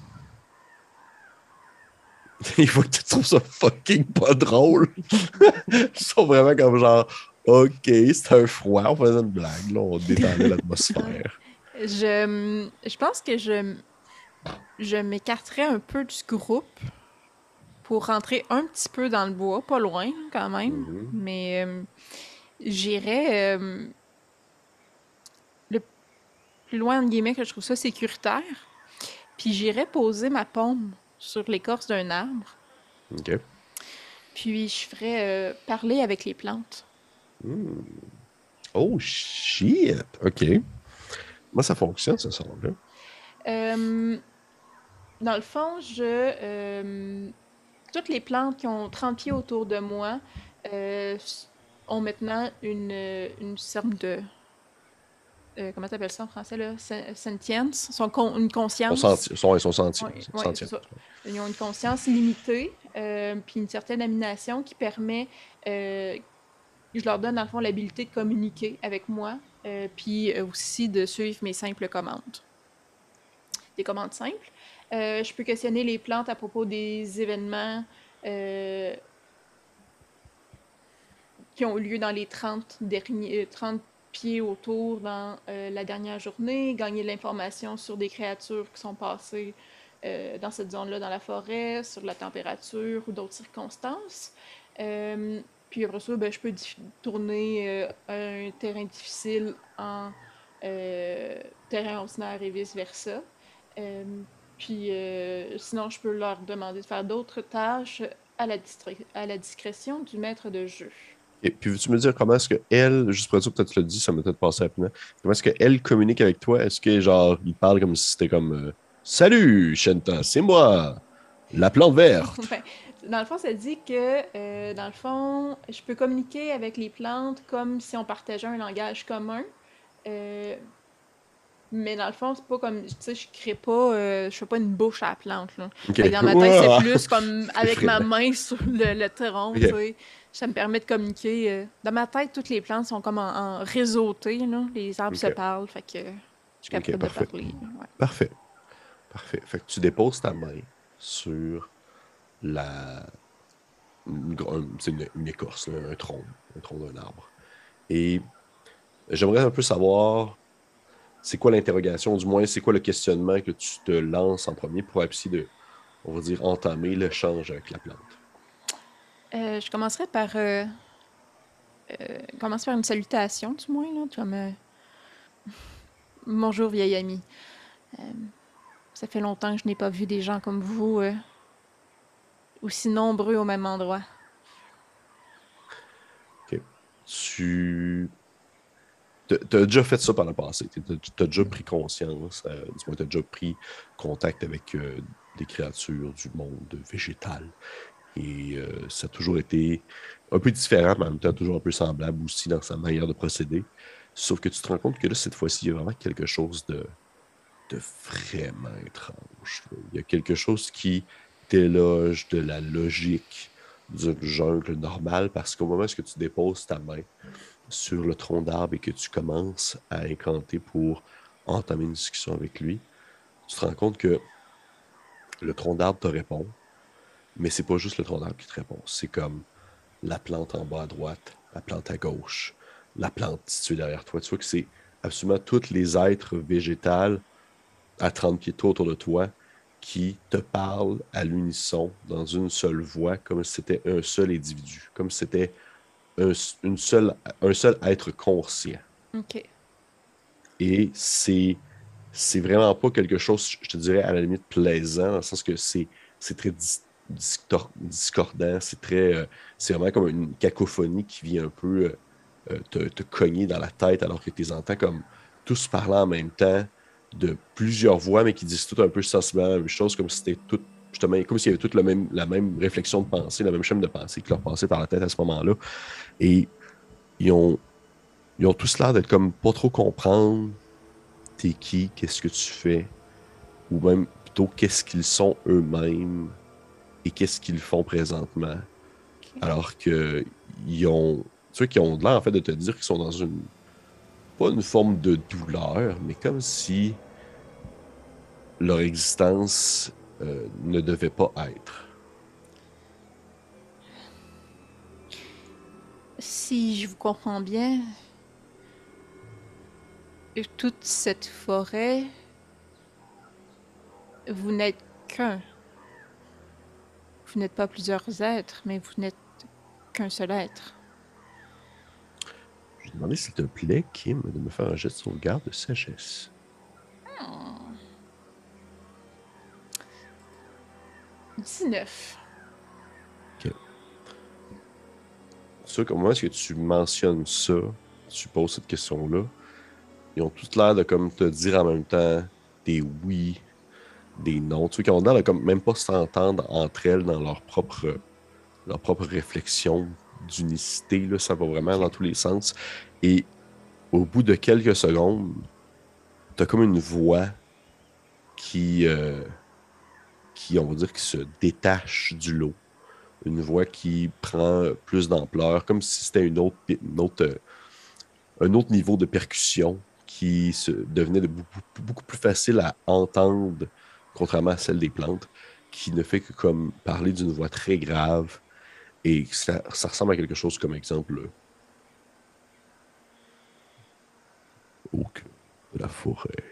Il faut que tu trouves ça fucking pas drôle. Ils sont vraiment comme genre... OK, c'est un froid, on faisait une blague, là, on détendait l'atmosphère. Je, je pense que je, je m'écarterais un peu du groupe pour rentrer un petit peu dans le bois, pas loin quand même, Mhm. mais euh, j'irais euh, le plus loin, entre guillemets, que je trouve ça sécuritaire, puis j'irais poser ma paume sur l'écorce d'un arbre, OK. puis je ferais euh, parler avec les plantes. Hmm. Oh, shit! OK. Moi, ça fonctionne, ce son-là. Euh, dans le fond, je... euh, toutes les plantes qui ont trente pieds autour de moi euh, ont maintenant une, une sorte de... euh, comment t'appelles ça en français, là? Sen- Sentience? Sont con- une Ils sont, conscience. senti- sont, ils sont sentis. Oui, ouais, c'est Sentients. ça. Ils ont une conscience limitée, euh, puis une certaine amination qui permet... euh, je leur donne, dans le fond, l'habilité de communiquer avec moi, euh, puis euh, aussi de suivre mes simples commandes. Des commandes simples. Euh, je peux questionner les plantes à propos des événements euh, qui ont eu lieu dans les trente, derniers, trente pieds autour dans euh, la dernière journée, gagner de l'information sur des créatures qui sont passées euh, dans cette zone-là, dans la forêt, sur la température ou d'autres circonstances. Euh, puis après ça, ben, je peux dif- tourner euh, un terrain difficile en euh, terrain ordinaire et vice-versa. Euh, puis euh, sinon, je peux leur demander de faire d'autres tâches à la, discré- à la discrétion du maître de jeu. Et puis, veux-tu me dire comment est-ce qu'elle, juste pour dire, peut-être tu l'as dit, ça m'a peut-être passé rapidement, comment est-ce qu'elle communique avec toi? Est-ce que, genre, il parle comme si c'était comme euh, Salut, Shenta, c'est moi, la plante verte. Ben, dans le fond, ça dit que, euh, dans le fond, je peux communiquer avec les plantes comme si on partageait un langage commun, Euh, mais dans le fond, c'est pas comme, tu sais, je crée pas, euh, je fais pas une bouche à la plante, là. OK. Fait que dans ma tête, c'est Ouah! plus comme C'est avec ma effrayant. main sur le, le tronc, tu OK. sais. Ça me permet de communiquer. euh. Dans ma tête, toutes les plantes sont comme en, en réseauté, là. Les arbres se OK. parle, fait que je suis OK, capable de parfait. parler. Ouais. Parfait. Parfait. Fait que tu déposes ta main sur la... une gr- un- c'est une, une écorce, là, un tronc, un tronc d'un arbre. Et j'aimerais un peu savoir, c'est quoi l'interrogation, du moins, c'est quoi le questionnement que tu te lances en premier pour essayer de, on va dire, entamer l'échange avec la plante. Euh, je commencerai par, euh, euh, commencer par une salutation, du moins, là, comme euh, bonjour, vieil ami. Euh, ça fait longtemps que je n'ai pas vu des gens comme vous euh, aussi nombreux au même endroit. OK. Tu as déjà fait ça par le passé. Tu as déjà pris conscience, euh, du moins, tu as déjà pris contact avec euh, des créatures du monde végétal. Et euh, ça a toujours été un peu différent, mais en même temps toujours un peu semblable aussi dans sa manière de procéder. Sauf que tu te rends compte que là, cette fois-ci, il y a vraiment quelque chose de, de vraiment étrange, là. Il y a quelque chose qui déloge de la logique d'une jungle normale parce qu'au moment où tu déposes ta main sur le tronc d'arbre et que tu commences à incanter pour entamer une discussion avec lui, tu te rends compte que le tronc d'arbre te répond, mais c'est pas juste le tronc d'arbre qui te répond. C'est comme la plante en bas à droite, la plante à gauche, la plante située derrière toi. Tu vois que c'est absolument tous les êtres végétaux à trente pieds de toi autour de toi qui te parlent à l'unisson dans une seule voix, comme si c'était un seul individu, comme si c'était un, une seule, un seul être conscient. OK. Et c'est, c'est vraiment pas quelque chose, je te dirais, à la limite plaisant, dans le sens que c'est, c'est très dis- distor- discordant, c'est très, euh, c'est vraiment comme une cacophonie qui vient un peu euh, euh, te, te cogner dans la tête alors que tu les entends comme tous parlant en même temps de plusieurs voix, mais qui disent tout un peu sensiblement la même chose, comme si c'était tout, justement, comme s'il y avait toute le même, la même réflexion de pensée, la même chaîne de pensée qui leur passait par la tête à ce moment-là. Et ils ont, ils ont tous l'air d'être comme pas trop comprendre t'es qui, qu'est-ce que tu fais, ou même plutôt qu'est-ce qu'ils sont eux-mêmes et qu'est-ce qu'ils font présentement. OK. Alors que ils ont, tu vois, qu'ils ont l'air en fait de te dire qu'ils sont dans une, pas une forme de douleur, mais comme si leur existence euh, ne devait pas être. Si je vous comprends bien, toute cette forêt, vous n'êtes qu'un. Vous n'êtes pas plusieurs êtres, mais vous n'êtes qu'un seul être. Je vais demander s'il te plaît, Kim, de me faire un jet de sauvegarde de sagesse. Hmm. dix-neuf. Ok. Tu vois, comment est-ce que tu mentionnes ça, tu poses cette question-là, ils ont tous l'air de comme te dire en même temps des oui, des non. Tu vois, qu'ils ont l'air de comme même pas s'entendre entre elles dans leur propre, leur propre réflexion d'unicité. Là, ça va vraiment dans OK. tous les sens. Et au bout de quelques secondes, t'as comme une voix qui, euh, qui, on va dire, qui se détache du lot. Une voix qui prend plus d'ampleur, comme si c'était une autre, une autre, euh, un autre niveau de percussion qui se devenait de beaucoup, beaucoup plus facile à entendre, contrairement à celle des plantes, qui ne fait que comme parler d'une voix très grave. Et ça, ça ressemble à quelque chose comme exemple au cœur de la forêt.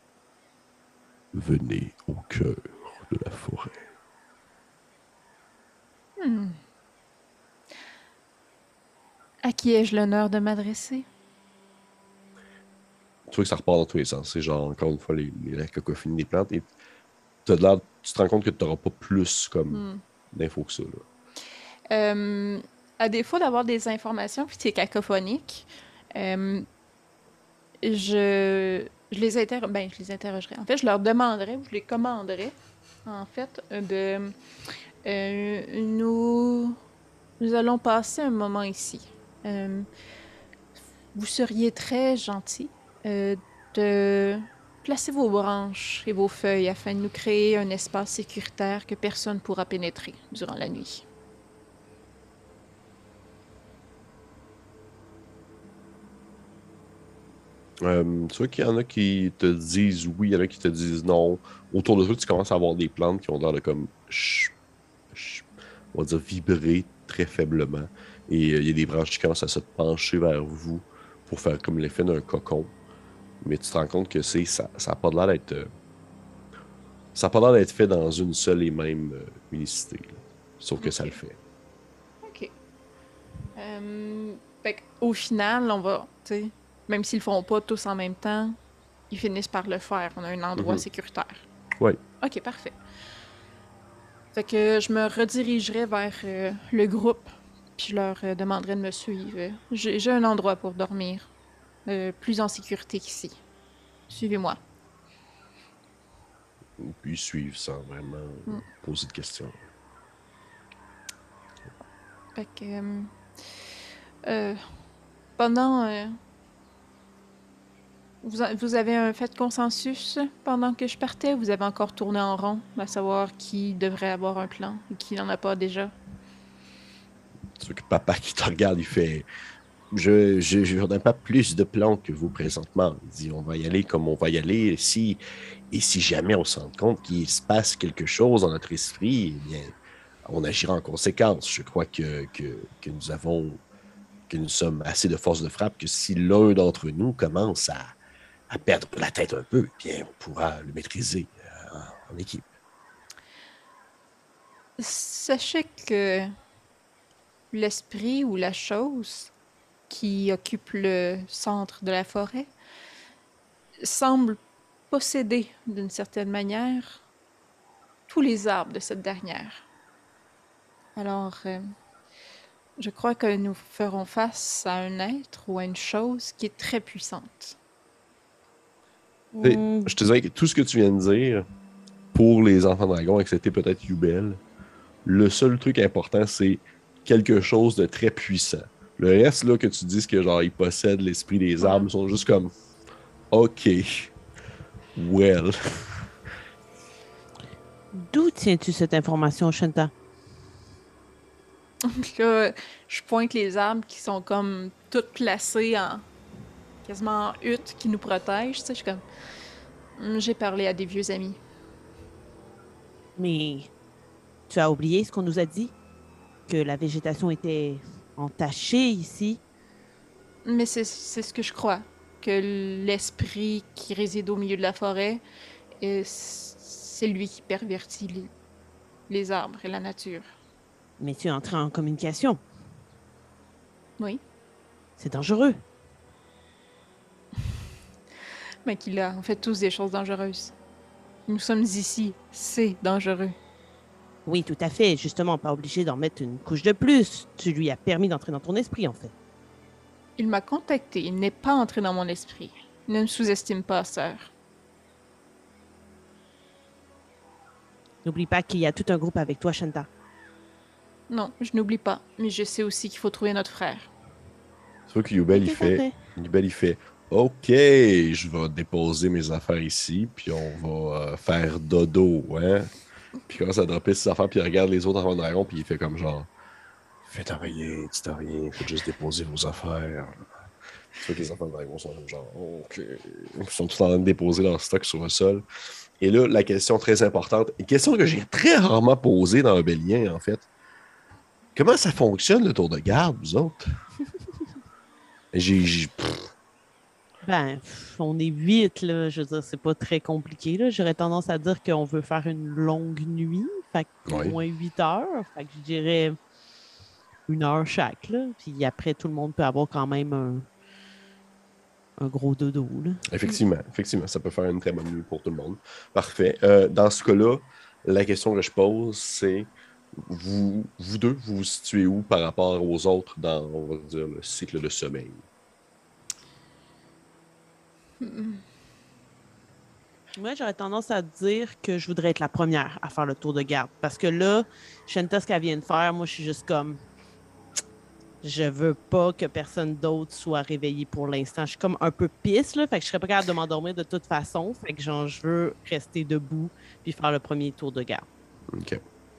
Venez au cœur de la forêt. Hmm. À qui ai-je l'honneur de m'adresser? Tu vois que ça repart dans tous les sens. C'est genre, encore une fois, les, les, la cacophonie des plantes. Et t'as de l'air, tu te rends compte que tu n'auras pas plus comme Hmm. d'infos que ça. Là. Euh, à défaut d'avoir des informations puis c'est cacophonique, euh, je, je les inter... ben, je les interrogerais. En fait, je leur demanderais ou je les commanderais, en fait, de euh, nous nous allons passer un moment ici. Euh, vous seriez très gentil euh, de placer vos branches et vos feuilles afin de nous créer un espace sécuritaire que personne ne pourra pénétrer durant la nuit. Euh, tu vois qu'il y en a qui te disent oui, il y en a qui te disent non. Autour de toi, tu commences à avoir des plantes qui ont l'air de comme, ch- ch- on va dire, vibrer très faiblement. Et euh, il y a des branches qui commencent à se pencher vers vous pour faire comme l'effet d'un cocon. Mais tu te rends compte que c'est ça ça a pas l'air d'être euh, ça a pas l'air d'être fait dans une seule et même euh, unicité, là. Sauf que ça le Ok. fait. OK. Euh, fait au final, on va, tu sais, même s'ils le font pas tous en même temps, ils finissent par le faire. On a un endroit Mhm. sécuritaire. Ouais. OK, parfait. Fait que je me redirigerai vers euh, le groupe, puis je leur euh, demanderai de me suivre. J'ai j'ai un endroit pour dormir, euh, plus en sécurité qu'ici. Suivez-moi. Puis ils suivent sans vraiment Mm. poser de questions. Fait que euh, euh, pendant euh, vous, a- vous avez un fait de consensus pendant que je partais? Vous avez encore tourné en rond, à savoir qui devrait avoir un plan et qui n'en a pas déjà? Tu vois que papa qui te regarde, il fait Je, je, je n'ai pas plus de plans que vous présentement. Il dit on va y aller comme on va y aller. Si, et si jamais on se rend compte qu'il se passe quelque chose dans notre esprit, eh bien, on agira en conséquence. Je crois que, que, que nous avons, que nous sommes assez de force de frappe que si l'un d'entre nous commence à, à perdre la tête un peu, eh bien, on pourra le maîtriser euh, en, en équipe. Sachez que l'esprit ou la chose qui occupe le centre de la forêt semble posséder, d'une certaine manière, tous les arbres de cette dernière. Alors, euh, je crois que nous ferons face à un être ou à une chose qui est très puissante. Et Hmm, je te dirais que tout ce que tu viens de dire, pour les enfants dragons, excepté peut-être Yubel, le seul truc important, c'est quelque chose de très puissant. Le reste, là, que tu dises que genre, ils possèdent l'esprit des Ouais. arbres, ils sont juste comme OK, well. D'où tiens-tu cette information, Shanta? Donc là, je pointe les arbres qui sont comme toutes placées en quasiment en hutte qui nous protègent. Tu sais, je suis comme, Hum, j'ai parlé à des vieux amis. Mais tu as oublié ce qu'on nous a dit? Que la végétation était entachée ici? Mais c'est c'est ce que je crois, que l'esprit qui réside au milieu de la forêt, euh, c'est lui qui pervertit les, les arbres et la nature. Mais tu es entré en communication. Oui, C'est dangereux. mais qu'il a en fait tous des choses dangereuses. Nous sommes ici, c'est dangereux. Oui, tout à fait. Justement, pas obligé d'en mettre une couche de plus. Tu lui as permis d'entrer dans ton esprit, en fait. Il m'a contacté, il n'est pas entré dans mon esprit. Ne me sous-estime pas, sœur. N'oublie pas qu'il y a tout un groupe avec toi, Shanta. Non, je n'oublie pas, mais je sais aussi qu'il faut trouver notre frère. C'est vrai que Yubel, il Ok, fait, parfait. Yubel, il fait OK, je vais déposer mes affaires ici, puis on va euh, faire dodo, hein. Puis il commence à dropper ses affaires, puis il regarde les autres enfants de dragon, puis il fait comme genre faites rien, dites rien, faites juste déposer vos affaires. Tu vois que les enfants de dragon sont comme genre OK. Ils sont tous en train de déposer leur stock sur le sol. Et là, la question très importante, une question que j'ai très rarement posée dans Rebellien, en fait. Comment ça fonctionne le tour de garde, vous autres? J'ai. j'ai- pff, Ben, pff, on est huit, là. Je veux dire, c'est pas très compliqué, là. J'aurais tendance à dire qu'on veut faire une longue nuit. Fait qu'au ouais. moins huit heures. Fait que je dirais une heure chaque, là. Puis après, tout le monde peut avoir quand même un, un gros dodo, là. Mm. Effectivement, effectivement, ça peut faire une très bonne nuit pour tout le monde. Parfait. Euh, dans ce cas-là, la question que je pose, c'est vous, vous deux, vous vous situez où par rapport aux autres dans, on va dire, le cycle de sommeil? Moi, j'aurais tendance à dire que je voudrais être la première à faire le tour de garde. Parce que là, Shanta, ce qu'elle vient de faire, moi, je suis juste comme. je veux pas que personne d'autre soit réveillé pour l'instant. Je suis comme un peu pisse, là, fait que je serais pas capable de m'endormir de toute façon. Fait que genre, je veux rester debout puis faire le premier tour de garde. OK.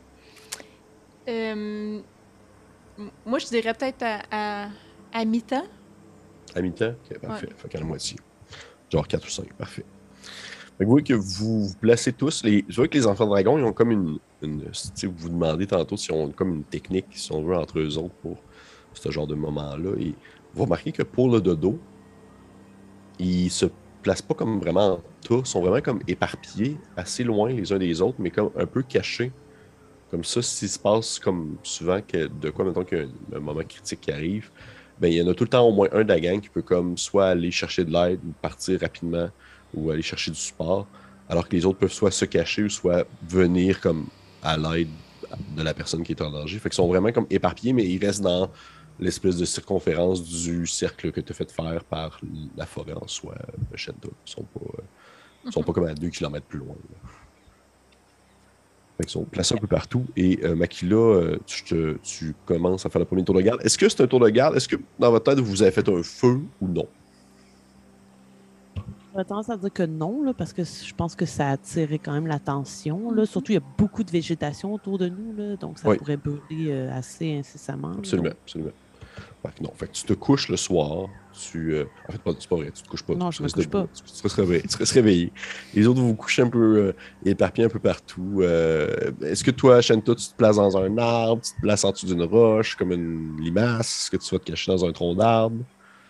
Euh, moi, je dirais peut-être à, à, à mi-temps. À mi-temps? OK, parfait. Ouais. Fait qu'à la moitié. Genre quatre ou cinq, parfait. Fait que vous voyez que vous vous placez tous. Les... Vous voyez que les enfants de dragon, ils ont comme une. une... Vous vous demandez tantôt s'ils ont comme une technique, si on veut, entre eux autres pour ce genre de moment-là. Et vous remarquez que pour le dodo, ils se placent pas comme vraiment tous, ils sont vraiment comme éparpillés, assez loin les uns des autres, mais comme un peu cachés. Comme ça, s'il se passe comme souvent que de quoi, mettons qu'il y a un moment critique qui arrive, ben il y en a tout le temps au moins un de la gang qui peut comme soit aller chercher de l'aide ou partir rapidement ou aller chercher du support, alors que les autres peuvent soit se cacher ou soit venir comme à l'aide de la personne qui est en danger. Fait qu'ils sont vraiment comme éparpillés, mais ils restent dans l'espèce de circonférence du cercle que tu as fait faire par la forêt en soi, le Shenta. Ils sont pas, euh, ils sont pas comme à deux kilomètres plus loin. Là. Fait qu'ils sont placés un peu partout. Et euh, Makila, euh, tu, te- tu commences à faire le premier tour de garde. Est-ce que c'est un tour de garde? Est-ce que dans votre tête, vous avez fait un feu ou non? J'aurais tendance à dire que non, là, parce que je pense que ça attirait quand même l'attention. Là. Surtout, il y a beaucoup de végétation autour de nous, là, donc ça Oui. pourrait brûler euh, assez incessamment. Absolument, donc- absolument. Fait que non. Fait que tu te couches le soir. Tu, euh, En fait, pas, c'est pas vrai, tu te couches pas. Non, tu je me restes couche debout. pas. Tu, tu restes réveillé, tu restes réveillé. Les autres, vous vous couchez un peu euh, éparpillés un peu partout. Euh, Est-ce que toi, Shanta, tu te places dans un arbre, tu te places en dessous d'une roche, comme une limace? Est-ce que tu vas te cacher dans un tronc d'arbre?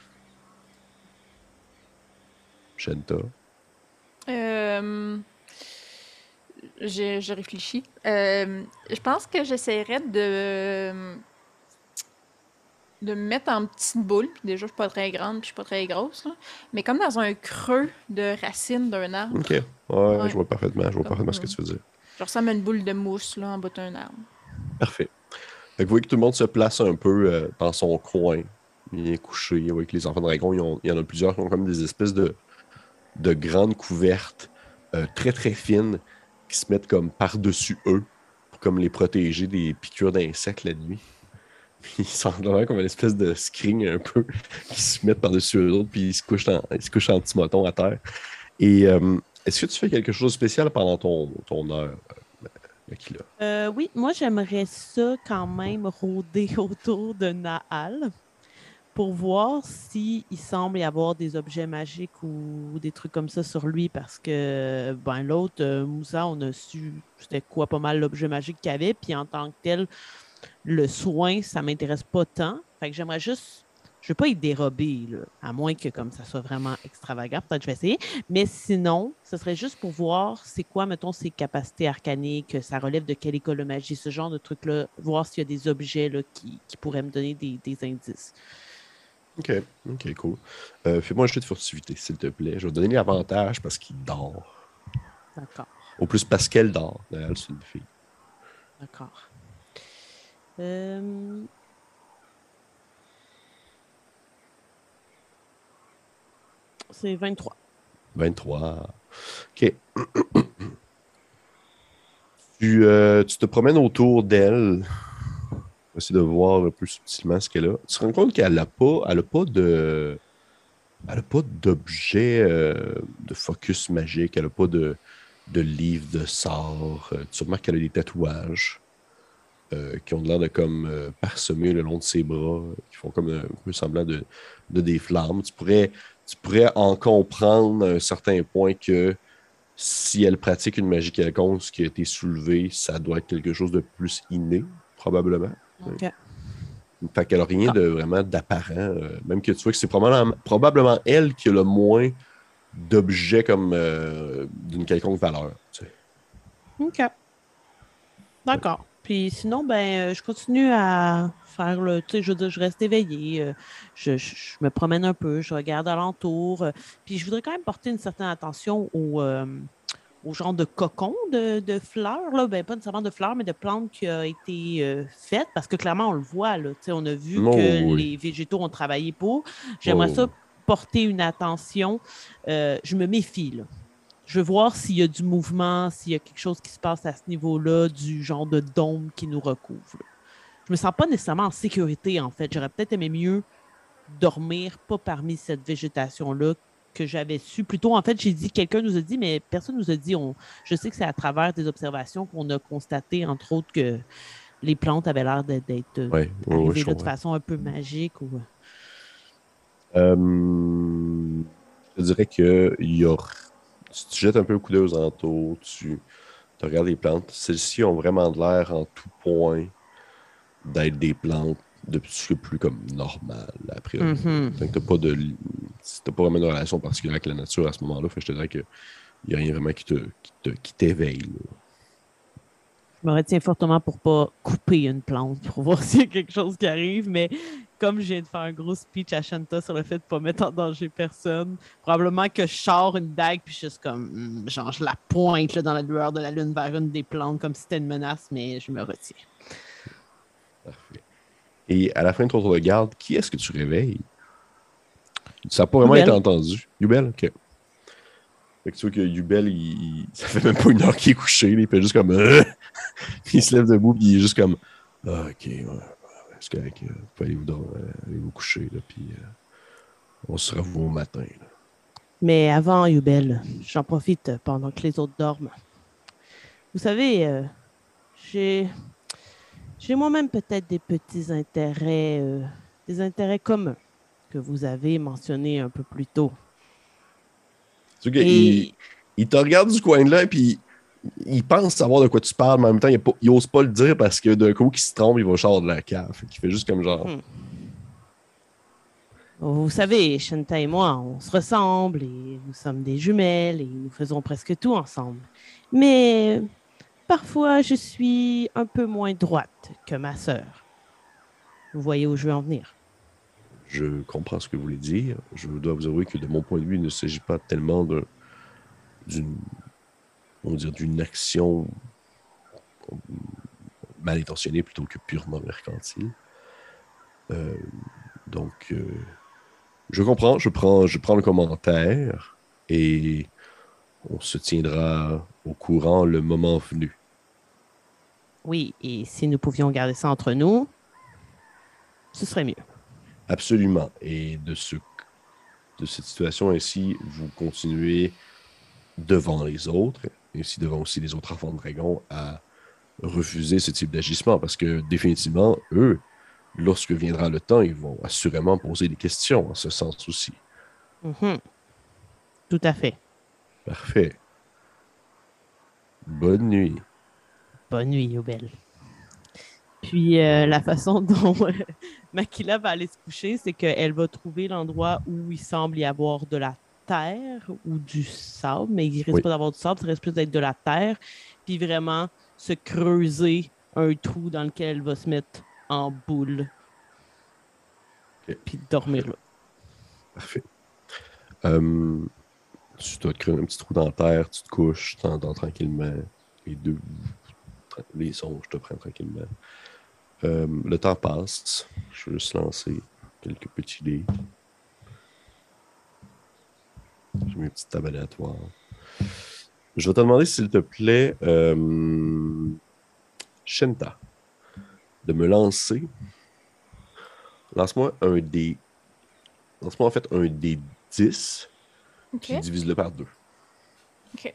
Shanta. Euh, je, je réfléchis. Euh, je pense que j'essaierais de, de me mettre en petite boule. Puis déjà, je suis pas très grande, puis je suis pas très grosse, là. Mais comme dans un creux de racine d'un arbre. OK. Ouais, Ouais. je vois parfaitement. Je vois Comme, parfaitement ce que euh, tu veux dire. Je ressemble à une boule de mousse là, en bas d'un arbre. Parfait. Fait que vous voyez que tout le monde se place un peu euh, dans son coin. Il est couché. Vous voyez que les enfants de dragon, ils ont- il y en a plusieurs qui ont comme des espèces de, de grandes couvertes euh, très très fines qui se mettent comme par-dessus eux pour comme les protéger des piqûres d'insectes la nuit. Puis ils sont vraiment comme une espèce de screen un peu qui se mettent par-dessus eux autres puis ils se couchent en, ils se couchent en petit moton à terre. Et euh, est-ce que tu fais quelque chose de spécial pendant ton, ton heure, euh, Makila? Euh, oui, moi, j'aimerais ça quand même rôder autour de Nahal pour voir s'il semble y avoir des objets magiques ou des trucs comme ça sur lui parce que ben, l'autre, euh, Moussa, on a su c'était quoi pas mal l'objet magique qu'il y avait. Puis en tant que tel, le soin, ça m'intéresse pas tant. Fait que j'aimerais juste. Je ne veux pas y dérober, là, à moins que comme ça soit vraiment extravagant. Peut-être que je vais essayer. Mais sinon, ce serait juste pour voir c'est quoi, mettons, ses capacités arcaniques, ça relève de quelle école de magie, ce genre de trucs-là. Voir s'il y a des objets là, qui, qui pourraient me donner des, des indices. OK, OK, cool. Euh, fais-moi un jeu de furtivité, s'il te plaît. Je vais te donner l'avantage parce qu'il dort. D'accord. Au plus parce qu'elle dort. Elle, c'est une fille. D'accord. Euh... C'est vingt-trois. vingt-trois. OK. Tu, euh, tu te promènes autour d'elle. On va essayer de voir un peu subtilement ce qu'elle a. Tu te rends compte qu'elle n'a pas, elle a pas de. Elle n'a pas d'objet euh, de focus magique. Elle n'a pas de, de livre de sort. Euh, tu remarques qu'elle a des tatouages euh, qui ont l'air de comme euh, parsemer le long de ses bras, euh, qui font comme un, un peu semblant de, de des flammes. Tu pourrais, tu pourrais en comprendre à un certain point que si elle pratique une magie quelconque, ce qui a été soulevé, ça doit être quelque chose de plus inné, probablement. OK. Fait qu'elle n'a rien de vraiment d'apparent. euh, même que tu vois que c'est probablement, probablement elle qui a le moins d'objets comme euh, d'une quelconque valeur. Tu sais. OK. D'accord. Puis sinon, ben, euh, je continue à faire le. Tu sais, je veux dire, je reste éveillée. euh, je, je- je me promène un peu, je regarde alentour. euh, puis je voudrais quand même porter une certaine attention au, euh, au genre de cocon de, de fleurs, là. Ben, pas nécessairement de fleurs, mais de plantes qui a été euh, faite, parce que clairement, on le voit, là. Tu sais, on a vu Oh, que oui. les végétaux ont travaillé pour. J'aimerais Oh, ça porter une attention. euh, je me méfie, là. Je veux voir s'il y a du mouvement, s'il y a quelque chose qui se passe à ce niveau-là, du genre de dôme qui nous recouvre. je me sens pas nécessairement en sécurité, en fait. J'aurais peut-être aimé mieux dormir, pas parmi cette végétation-là que j'avais su. Plutôt, en fait, j'ai dit, quelqu'un nous a dit, mais personne nous a dit, on, je sais que c'est à travers des observations qu'on a constaté, entre autres, que les plantes avaient l'air d'être, d'être euh, Ouais, ouais, ouais, arrivées je là de comprends. façon un peu magique. Ou... Euh, je te dirais que il y a... si tu jettes un peu le coup d'œil aux alentours, tu, tu regardes les plantes, celles-ci ont vraiment de l'air en tout point d'être des plantes de plus, plus comme normales, a priori. Mm-hmm. Fait que t'as pas de t'as pas vraiment de relation particulière avec la nature à ce moment-là. Fait que je te dirais qu'il n'y a rien vraiment qui te, qui te, qui t'éveille. Là. Je me retiens fortement pour pas couper une plante pour voir s'il y a quelque chose qui arrive, mais comme je viens de faire un gros speech à Shanta sur le fait de ne pas mettre en danger personne, probablement que je sors une dague puis je suis juste comme, hmm, genre, je la pointe là, dans la lueur de la lune vers une des plantes comme si c'était une menace, mais je me retiens. Parfait. Et à la fin de ton tour de garde, qui est-ce que tu réveilles? Ça n'a pas vraiment été Nouvelle. entendu. Yubel? OK. Fait que tu vois que Yubel, il, il- ça fait même pas une heure qu'il est couché. Là, il fait juste comme... Euh! Il se lève debout, puis il est juste comme... Ah, OK, ouais, ouais, c'est correct. euh, Vous pouvez aller vous, dor- euh, aller vous coucher, là, puis euh, on se revoit au matin. Là. Mais avant, Yubel, j'en profite pendant que les autres dorment. Vous savez, euh, j'ai, j'ai moi-même peut-être des petits intérêts, euh, des intérêts communs que vous avez mentionnés un peu plus tôt. Tu vois qu'il Et il te regarde du coin de là, puis il pense savoir de quoi tu parles, mais en même temps, il, a pas- il ose pas le dire parce que d'un coup, qu'il se trompe, il va sortir de la cave. Fait qu'il fait juste comme genre... hmm, vous savez, Shanta et moi, on se ressemble et nous sommes des jumelles et nous faisons presque tout ensemble. Mais parfois, je suis un peu moins droite que ma sœur. Vous voyez où je veux en venir. Je comprends ce que vous voulez dire. Je dois vous avouer que de mon point de vue, il ne s'agit pas tellement d'un- d'une, on va dire, d'une action mal intentionnée plutôt que purement mercantile. Euh, donc, euh, je comprends, je prends, je prends le commentaire et on se tiendra au courant le moment venu. Oui, et si nous pouvions garder ça entre nous, ce serait mieux. Absolument. Et de, ce, de cette situation ainsi, vous continuez devant les autres, ainsi devant aussi les autres enfants de dragon, à refuser ce type d'agissement parce que définitivement, eux, lorsque viendra le temps, ils vont assurément poser des questions en ce sens aussi. Mhm, tout à fait. Parfait. Bonne nuit. Bonne nuit, Yobel. Puis euh, la façon dont euh, Makila va aller se coucher, c'est qu'elle va trouver l'endroit où il semble y avoir de la terre ou du sable, mais il ne risque Oui. pas d'avoir du sable, ça risque plus d'être de la terre, puis vraiment se creuser un trou dans lequel elle va se mettre en boule, OK. puis Parfait. dormir là. Parfait. Euh, tu dois te creuser un petit trou dans la terre, tu te couches, tu t'endors tranquillement. Les deux, les songes te prennent tranquillement. Euh, le temps passe. Je vais juste lancer quelques petits dés. J'ai mes petites tables aléatoires. Je vais te demander, s'il te plaît, euh, Shenta, de me lancer. Lance-moi un dé. Lance-moi en fait un dé dix, OK. puis divise-le par deux. OK.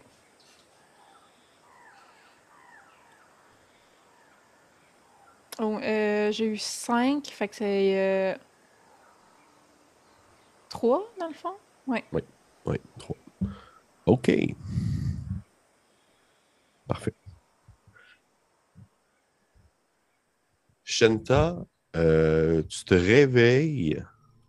Oh, euh, j'ai eu cinq, fait que c'est euh, trois dans le fond. Ouais. Oui, oui, trois. OK. Parfait. Shenta, euh, tu te réveilles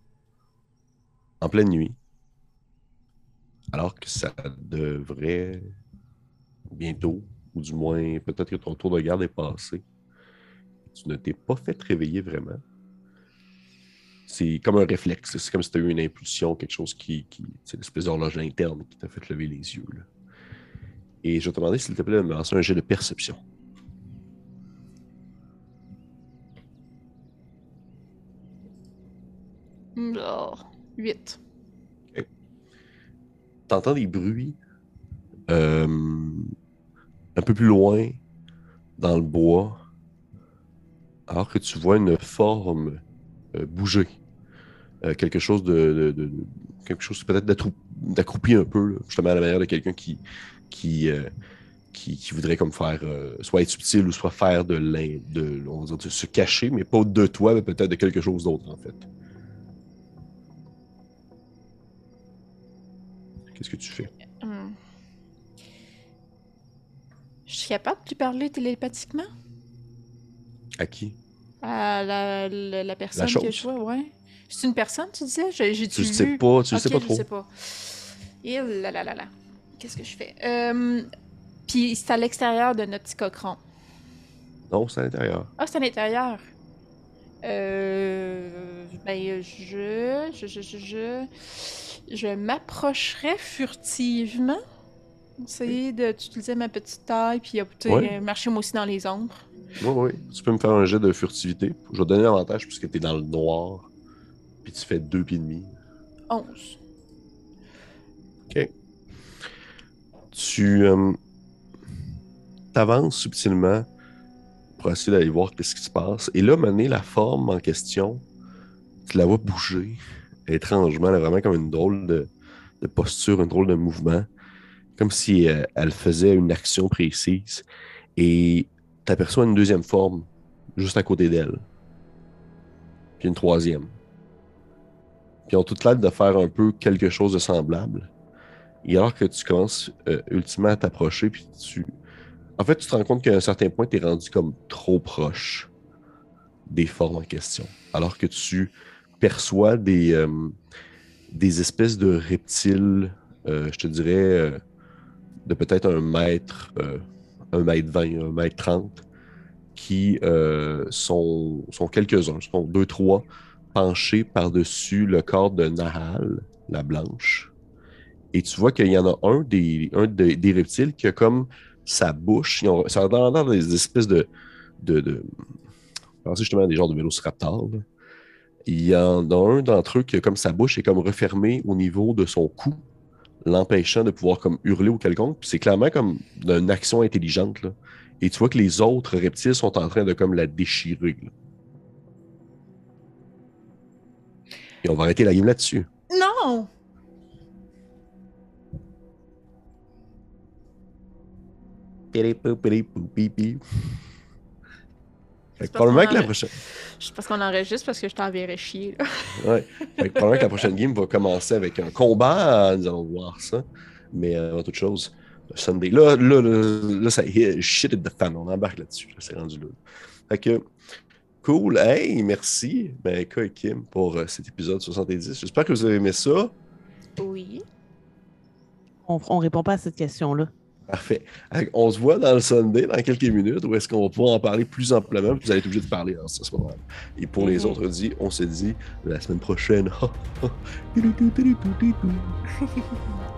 en pleine nuit, alors que ça devrait bientôt, ou du moins peut-être que ton tour de garde est passé. Tu ne t'es pas fait réveiller vraiment. C'est comme un réflexe. C'est comme si tu as eu une impulsion, quelque chose qui. qui c'est l'espèce d'horloge interne qui t'a fait lever les yeux. Là. Et je vais te demander, s'il te plaît, de me lancer un jet de perception. Oh, huit. Okay. Tu entends des bruits euh, un peu plus loin, dans le bois. alors que tu vois une forme euh, bouger. Euh, quelque chose de, de, de, de quelque chose peut-être d'accroupi un peu, là, justement à la manière de quelqu'un qui qui, euh, qui qui voudrait comme faire euh, soit être subtil ou soit faire de l'in de on va dire de se cacher, mais pas de toi, mais peut-être de quelque chose d'autre en fait. Qu'est-ce que tu fais? Hum. Je suis capable de lui parler télépathiquement? À qui? À la, la, la personne que je vois, ouais. C'est une personne, tu disais? J'ai-tu Tu vu? le sais pas, tu le Ok, sais pas je trop. sais pas. Et là là là là. Qu'est-ce que je fais? Euh, Puis c'est à l'extérieur de notre petit cochon. Non, c'est à l'intérieur. Ah, c'est à l'intérieur. Euh... Ben, je... Je... Je... Je... Je, je m'approcherais furtivement. Essayer d'utiliser ma petite taille, puis Ouais. euh, marcher moi aussi dans les ombres. Oui, oui. Tu peux me faire un jet de furtivité. Je vais te donner l'avantage puisque tu es dans le noir. Puis tu fais deux pieds et demi. Onze. OK. Tu euh, t'avances subtilement pour essayer d'aller voir qu'est-ce qui se passe. Et là, mener la forme en question, tu la vois bouger étrangement, là, vraiment comme une drôle de, de posture, un drôle de mouvement. Comme si euh, elle faisait une action précise. Et tu aperçois une deuxième forme juste à côté d'elle. Puis une troisième. Puis ils ont toutes l'air de faire un peu quelque chose de semblable. Et alors que tu commences euh, ultimement à t'approcher, puis tu... En fait, tu te rends compte qu'à un certain point, tu es rendu comme trop proche des formes en question. Alors que tu perçois des, euh, des espèces de reptiles, euh, je te dirais, euh, de peut-être un mètre, euh, un mètre vingt, un mètre trente, qui euh, sont, sont quelques-uns, sont deux, trois, penchés par-dessus le corps de Nahal, la blanche. Et tu vois qu'il y en a un des, un des, des reptiles qui a comme sa bouche, ils ont, ça a l'air des espèces de, de, de pensez justement à des genres de vélociraptors. Là. Il y en a un d'entre eux qui a comme sa bouche est comme refermée au niveau de son cou, l'empêchant de pouvoir comme hurler ou quelconque. Puis c'est clairement comme d'une action intelligente. Là. Et tu vois que les autres reptiles sont en train de comme la déchirer. Là. Et on va arrêter la game là-dessus. Non! Fait que probablement que la enre... prochaine. C'est parce qu'on enregistre parce que je t'enverrais chier. Là. Ouais. Fait que probablement que la prochaine game va commencer avec un combat. Nous allons voir ça. Mais euh, avant toute chose, le Sunday. Là, là, là, là ça hit, shit it the fan. On embarque là-dessus. Là, c'est rendu là. Fait que cool. Hey, merci, ben, Ka et Kim, pour euh, cet épisode soixante-dix. J'espère que vous avez aimé ça. Oui. On, on répond pas à cette question-là. Parfait. On se voit dans le Sunday dans quelques minutes où est-ce qu'on va pouvoir en parler plus amplement. Vous allez être obligé de parler à ce moment-là. Et pour mm-hmm. les autres dit, on se dit la semaine prochaine.